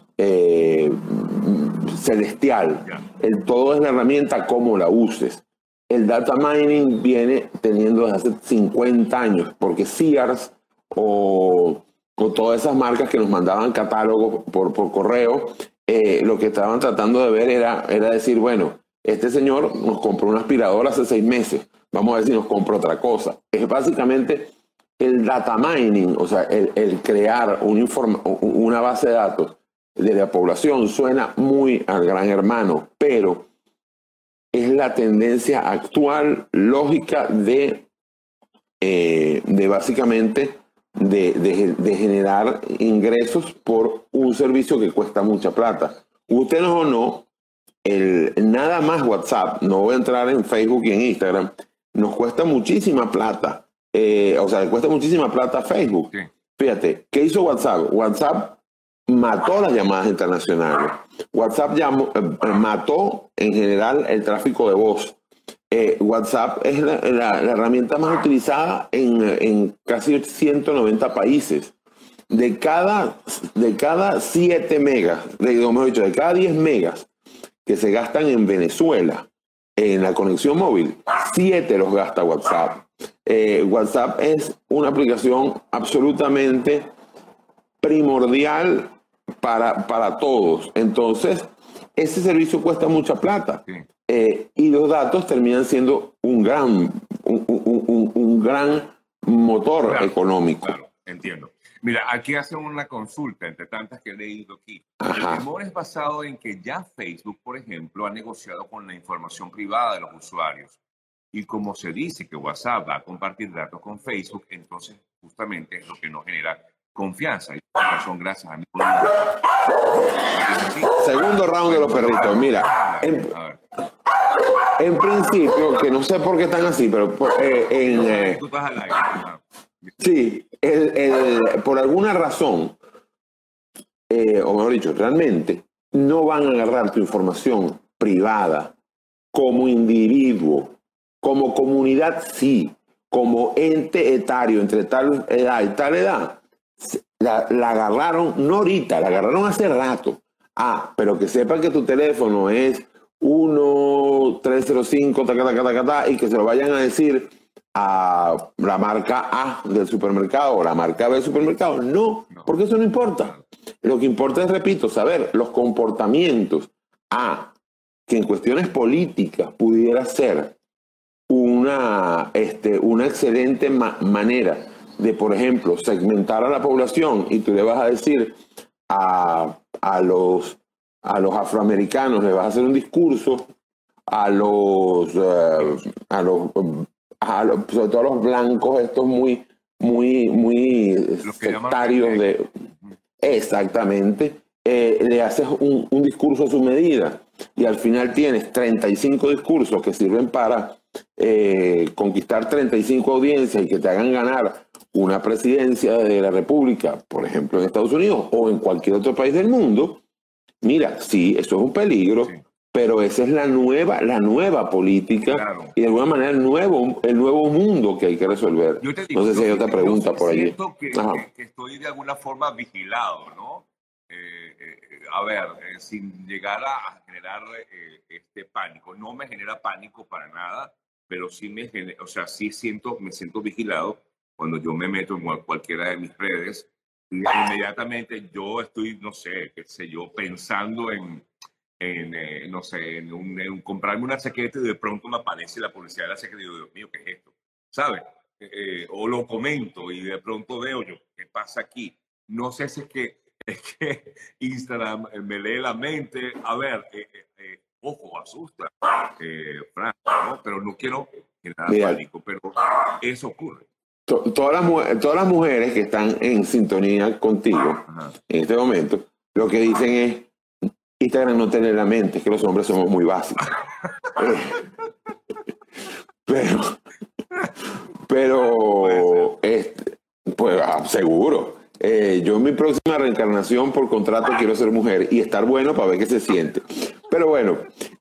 Speaker 12: celestial. El todo es la herramienta, cómo la uses. El data mining viene teniendo desde hace 50 años, porque Sears o todas esas marcas que nos mandaban catálogos por correo, lo que estaban tratando de ver era decir, bueno, este señor nos compró una aspiradora hace 6 meses, vamos a ver si nos compra otra cosa. Es básicamente el data mining, o sea, el crear una base de datos de la población. Suena muy al Gran Hermano, pero es la tendencia actual, lógica de básicamente de generar ingresos por un servicio que cuesta mucha plata. Usted o no, nada más WhatsApp, no voy a entrar en Facebook y en Instagram, nos cuesta muchísima plata. O sea, le cuesta muchísima plata a Facebook. Sí. Fíjate, ¿qué hizo WhatsApp? WhatsApp mató las llamadas internacionales. WhatsApp mató en general el tráfico de voz. WhatsApp es la herramienta más utilizada en casi 190 países. De cada 7 megas, de cada 10 megas que se gastan en Venezuela en la conexión móvil, 7 los gasta WhatsApp. WhatsApp es una aplicación absolutamente primordial para todos. Entonces, ese servicio cuesta mucha plata. Sí. Y los datos terminan siendo un gran motor económico. Claro.
Speaker 11: Entiendo. Mira, aquí hacen una consulta entre tantas que he leído aquí.
Speaker 12: Ajá.
Speaker 11: El temor es basado en que ya Facebook, por ejemplo, ha negociado con la información privada de los usuarios. Y como se dice que WhatsApp va a compartir datos con Facebook, entonces justamente es lo que nos genera confianza. Y por esa razón, gracias a mí.
Speaker 12: Segundo round de los perritos. Mira, en principio, que no sé por qué están así, pero
Speaker 11: Tú estás al aire. Ajá.
Speaker 12: sí, por alguna razón, o mejor dicho, realmente no van a agarrar tu información privada como individuo, como comunidad, sí, como ente etario entre tal edad y tal edad. La agarraron, no ahorita, la agarraron hace rato. Pero que sepan que tu teléfono es 1305 y que se lo vayan a decir a la marca A del supermercado o la marca B del supermercado. No, porque eso no importa. Lo que importa es, repito, saber los comportamientos. Que en cuestiones políticas pudiera ser una excelente manera de, por ejemplo, segmentar a la población, y tú le vas a decir a los afroamericanos, le vas a hacer un discurso sobre todo a los blancos, estos muy sectarios de... Exactamente. Le haces un discurso a su medida y al final tienes 35 discursos que sirven para conquistar 35 audiencias y que te hagan ganar una presidencia de la República, por ejemplo, en Estados Unidos o en cualquier otro país del mundo. Mira, sí, eso es un peligro, sí, pero esa es la nueva política, claro, y de alguna manera el nuevo mundo que hay que resolver.
Speaker 11: Yo te digo,
Speaker 12: no sé si hay otra pregunta por allí.
Speaker 11: Siento que estoy de alguna forma vigilado, ¿no? A ver, sin llegar a generar este pánico. No me genera pánico para nada, pero sí me siento vigilado cuando yo me meto en cualquiera de mis redes. Inmediatamente yo estoy, no sé, qué sé yo, pensando en comprarme una chaqueta y de pronto me aparece la publicidad de la chaqueta y digo, Dios mío, ¿qué es esto? ¿Sabes? O lo comento y de pronto veo yo, ¿qué pasa aquí? No sé si es que Instagram me lee la mente. A ver, ojo, asusta, Fran, ¿no? Pero no quiero generar pánico, pero eso ocurre.
Speaker 12: Todas las mujeres que están en sintonía contigo, ajá, en este momento, lo que dicen es, Instagram no tiene la mente, es que los hombres somos muy básicos. pero pues seguro. Yo en mi próxima reencarnación por contrato quiero ser mujer y estar bueno para ver qué se siente. Pero bueno,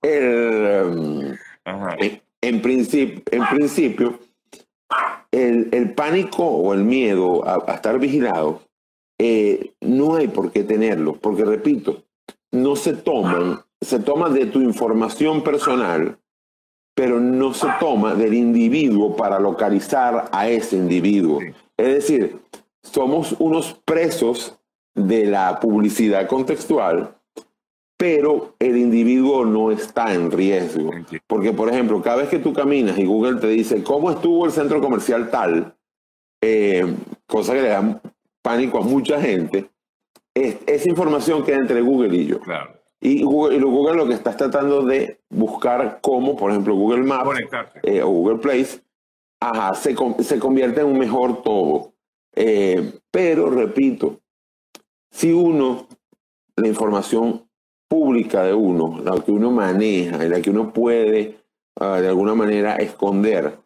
Speaker 12: en principio el pánico o el miedo a estar vigilado, no hay por qué tenerlo, porque repito, no se toma de tu información personal, pero no se toma del individuo para localizar a ese individuo. Sí. Es decir, somos unos presos de la publicidad contextual, pero el individuo no está en riesgo. Porque, por ejemplo, cada vez que tú caminas y Google te dice cómo estuvo el centro comercial tal, cosa que le da pánico a mucha gente, esa información queda entre Google y yo.
Speaker 11: Claro.
Speaker 12: Y Google lo que está tratando de buscar cómo, por ejemplo, Google Maps o Google Place, se convierte en un mejor todo. Pero, repito, si la información pública de uno, la que uno maneja y la que uno puede de alguna manera esconder,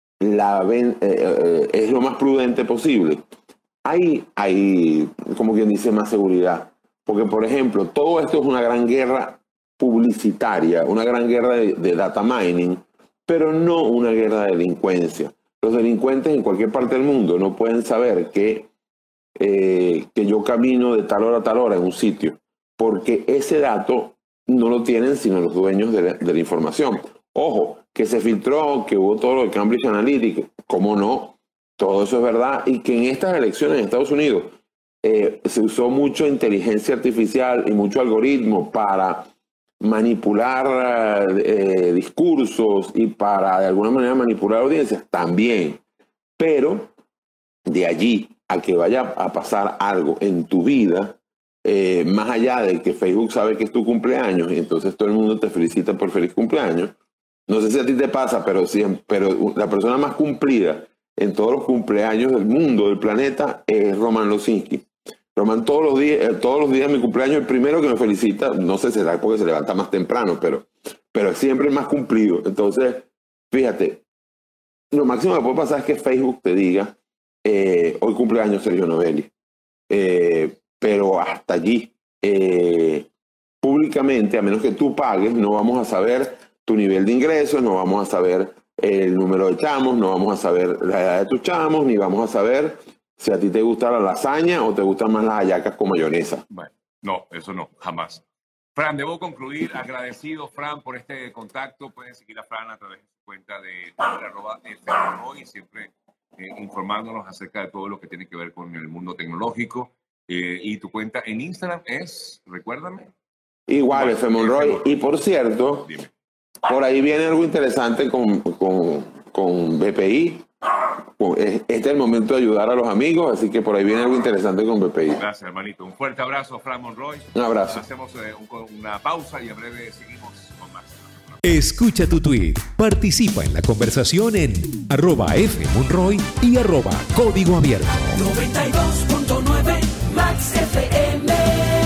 Speaker 12: es lo más prudente posible, hay, como quien dice, más seguridad. Porque, por ejemplo, todo esto es una gran guerra publicitaria, una gran guerra de data mining, pero no una guerra de delincuencia. Los delincuentes en cualquier parte del mundo no pueden saber que yo camino de tal hora a tal hora en un sitio, porque ese dato no lo tienen sino los dueños de la información. Ojo, que se filtró, que hubo todo lo de Cambridge Analytica, ¿cómo no? Todo eso es verdad, y que en estas elecciones en Estados Unidos se usó mucho inteligencia artificial y mucho algoritmo para manipular discursos y para de alguna manera manipular audiencias también. Pero de allí a que vaya a pasar algo en tu vida, más allá de que Facebook sabe que es tu cumpleaños y entonces todo el mundo te felicita por feliz cumpleaños. No sé si a ti te pasa, pero la persona más cumplida en todos los cumpleaños del mundo, del planeta, es Roman Losinski. Roman todos los días de mi cumpleaños, el primero que me felicita, no sé si será porque se levanta más temprano, pero es siempre el más cumplido. Entonces, fíjate, lo máximo que puede pasar es que Facebook te diga, hoy cumpleaños Sergio Novelli. Pero hasta allí, públicamente, a menos que tú pagues, no vamos a saber tu nivel de ingresos, no vamos a saber el número de chamos, no vamos a saber la edad de tus chamos, ni vamos a saber si a ti te gusta la lasaña o te gustan más las hallacas con mayonesa.
Speaker 11: Bueno, no, eso no, jamás. Fran, debo concluir agradecido, Fran, por este contacto. Pueden seguir a Fran a través de su cuenta de @fmonroy, siempre informándonos acerca de todo lo que tiene que ver con el mundo tecnológico. Y tu cuenta en Instagram es, recuérdame.
Speaker 12: Igual, fmonroy. Y por cierto,
Speaker 11: dime.
Speaker 12: Por ahí viene algo interesante con BPI. Este es el momento de ayudar a los amigos, así que por ahí viene algo interesante con BPI.
Speaker 11: Gracias, hermanito. Un fuerte abrazo, Fran Monroy.
Speaker 12: Un abrazo.
Speaker 11: Hacemos una pausa y en breve seguimos con más.
Speaker 1: Escucha tu tweet, participa en la conversación en @fmonroy y @código abierto.
Speaker 7: 92.9 Max FM.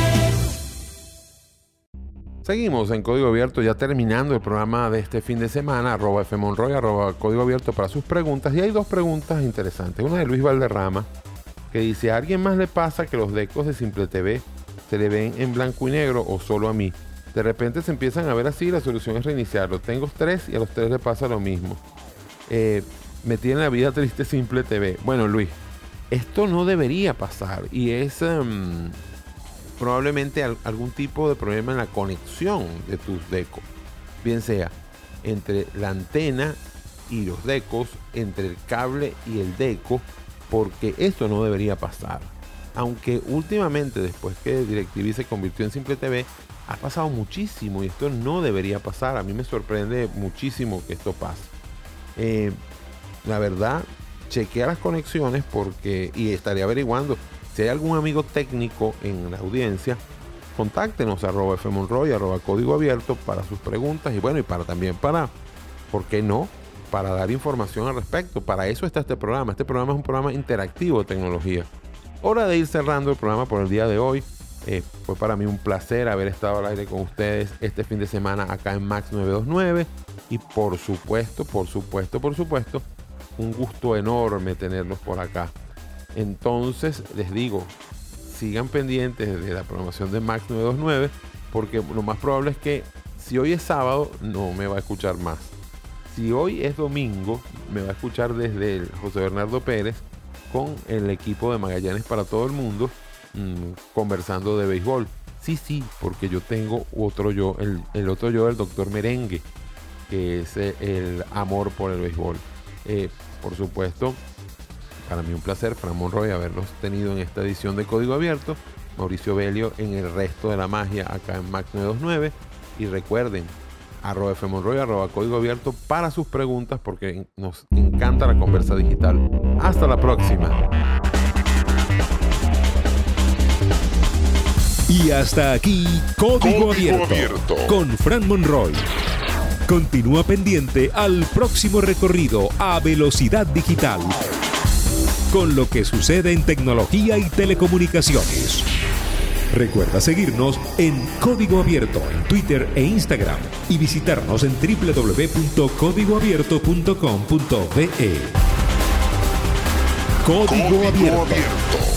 Speaker 2: Seguimos en Código Abierto, ya terminando el programa de este fin de semana, @fmonroy, @código abierto para sus preguntas. Y hay dos preguntas interesantes. Una de Luis Valderrama, que dice, ¿a alguien más le pasa que los decos de Simple TV se le ven en blanco y negro o solo a mí? De repente se empiezan a ver así, la solución es reiniciarlo. Tengo 3 y a los 3 le pasa lo mismo. Me tiene la vida triste Simple TV. Bueno, Luis, esto no debería pasar y es probablemente algún tipo de problema en la conexión de tus decos. Bien sea entre la antena y los decos, entre el cable y el deco, porque esto no debería pasar. Aunque últimamente, después que DirecTV se convirtió en Simple TV, ha pasado muchísimo y esto no debería pasar. A mí me sorprende muchísimo que esto pase. La verdad, chequea las conexiones y estaré averiguando. Si hay algún amigo técnico en la audiencia, contáctenos @fmonroy, @código abierto para sus preguntas y bueno, y también ¿por qué no? Para dar información al respecto. Para eso está este programa. Este programa es un programa interactivo de tecnología. Hora de ir cerrando el programa por el día de hoy. Fue para mí un placer haber estado al aire con ustedes este fin de semana acá en Max 929 y por supuesto, un gusto enorme tenerlos por acá. Entonces les digo, sigan pendientes de la programación de Max 929 porque lo más probable es que si hoy es sábado no me va a escuchar más. Si hoy es domingo me va a escuchar desde el José Bernardo Pérez con el equipo de Magallanes para todo el mundo conversando de béisbol. Sí, porque yo tengo otro yo, el otro yo del Doctor Merengue, que es el amor por el béisbol. Por supuesto, para mí un placer, Fran Monroy, haberlos tenido en esta edición de Código Abierto. Mauricio Belio en el resto de la magia acá en Max 929. Y recuerden, @fmonroy, @código abierto para sus preguntas porque nos encanta la conversa digital. Hasta la próxima.
Speaker 1: Y hasta aquí Código Abierto con Fran Monroy. Continúa pendiente al próximo recorrido a velocidad digital con lo que sucede en tecnología y telecomunicaciones. Recuerda seguirnos en Código Abierto en Twitter e Instagram y visitarnos en www.códigoabierto.com.be. Código Abierto.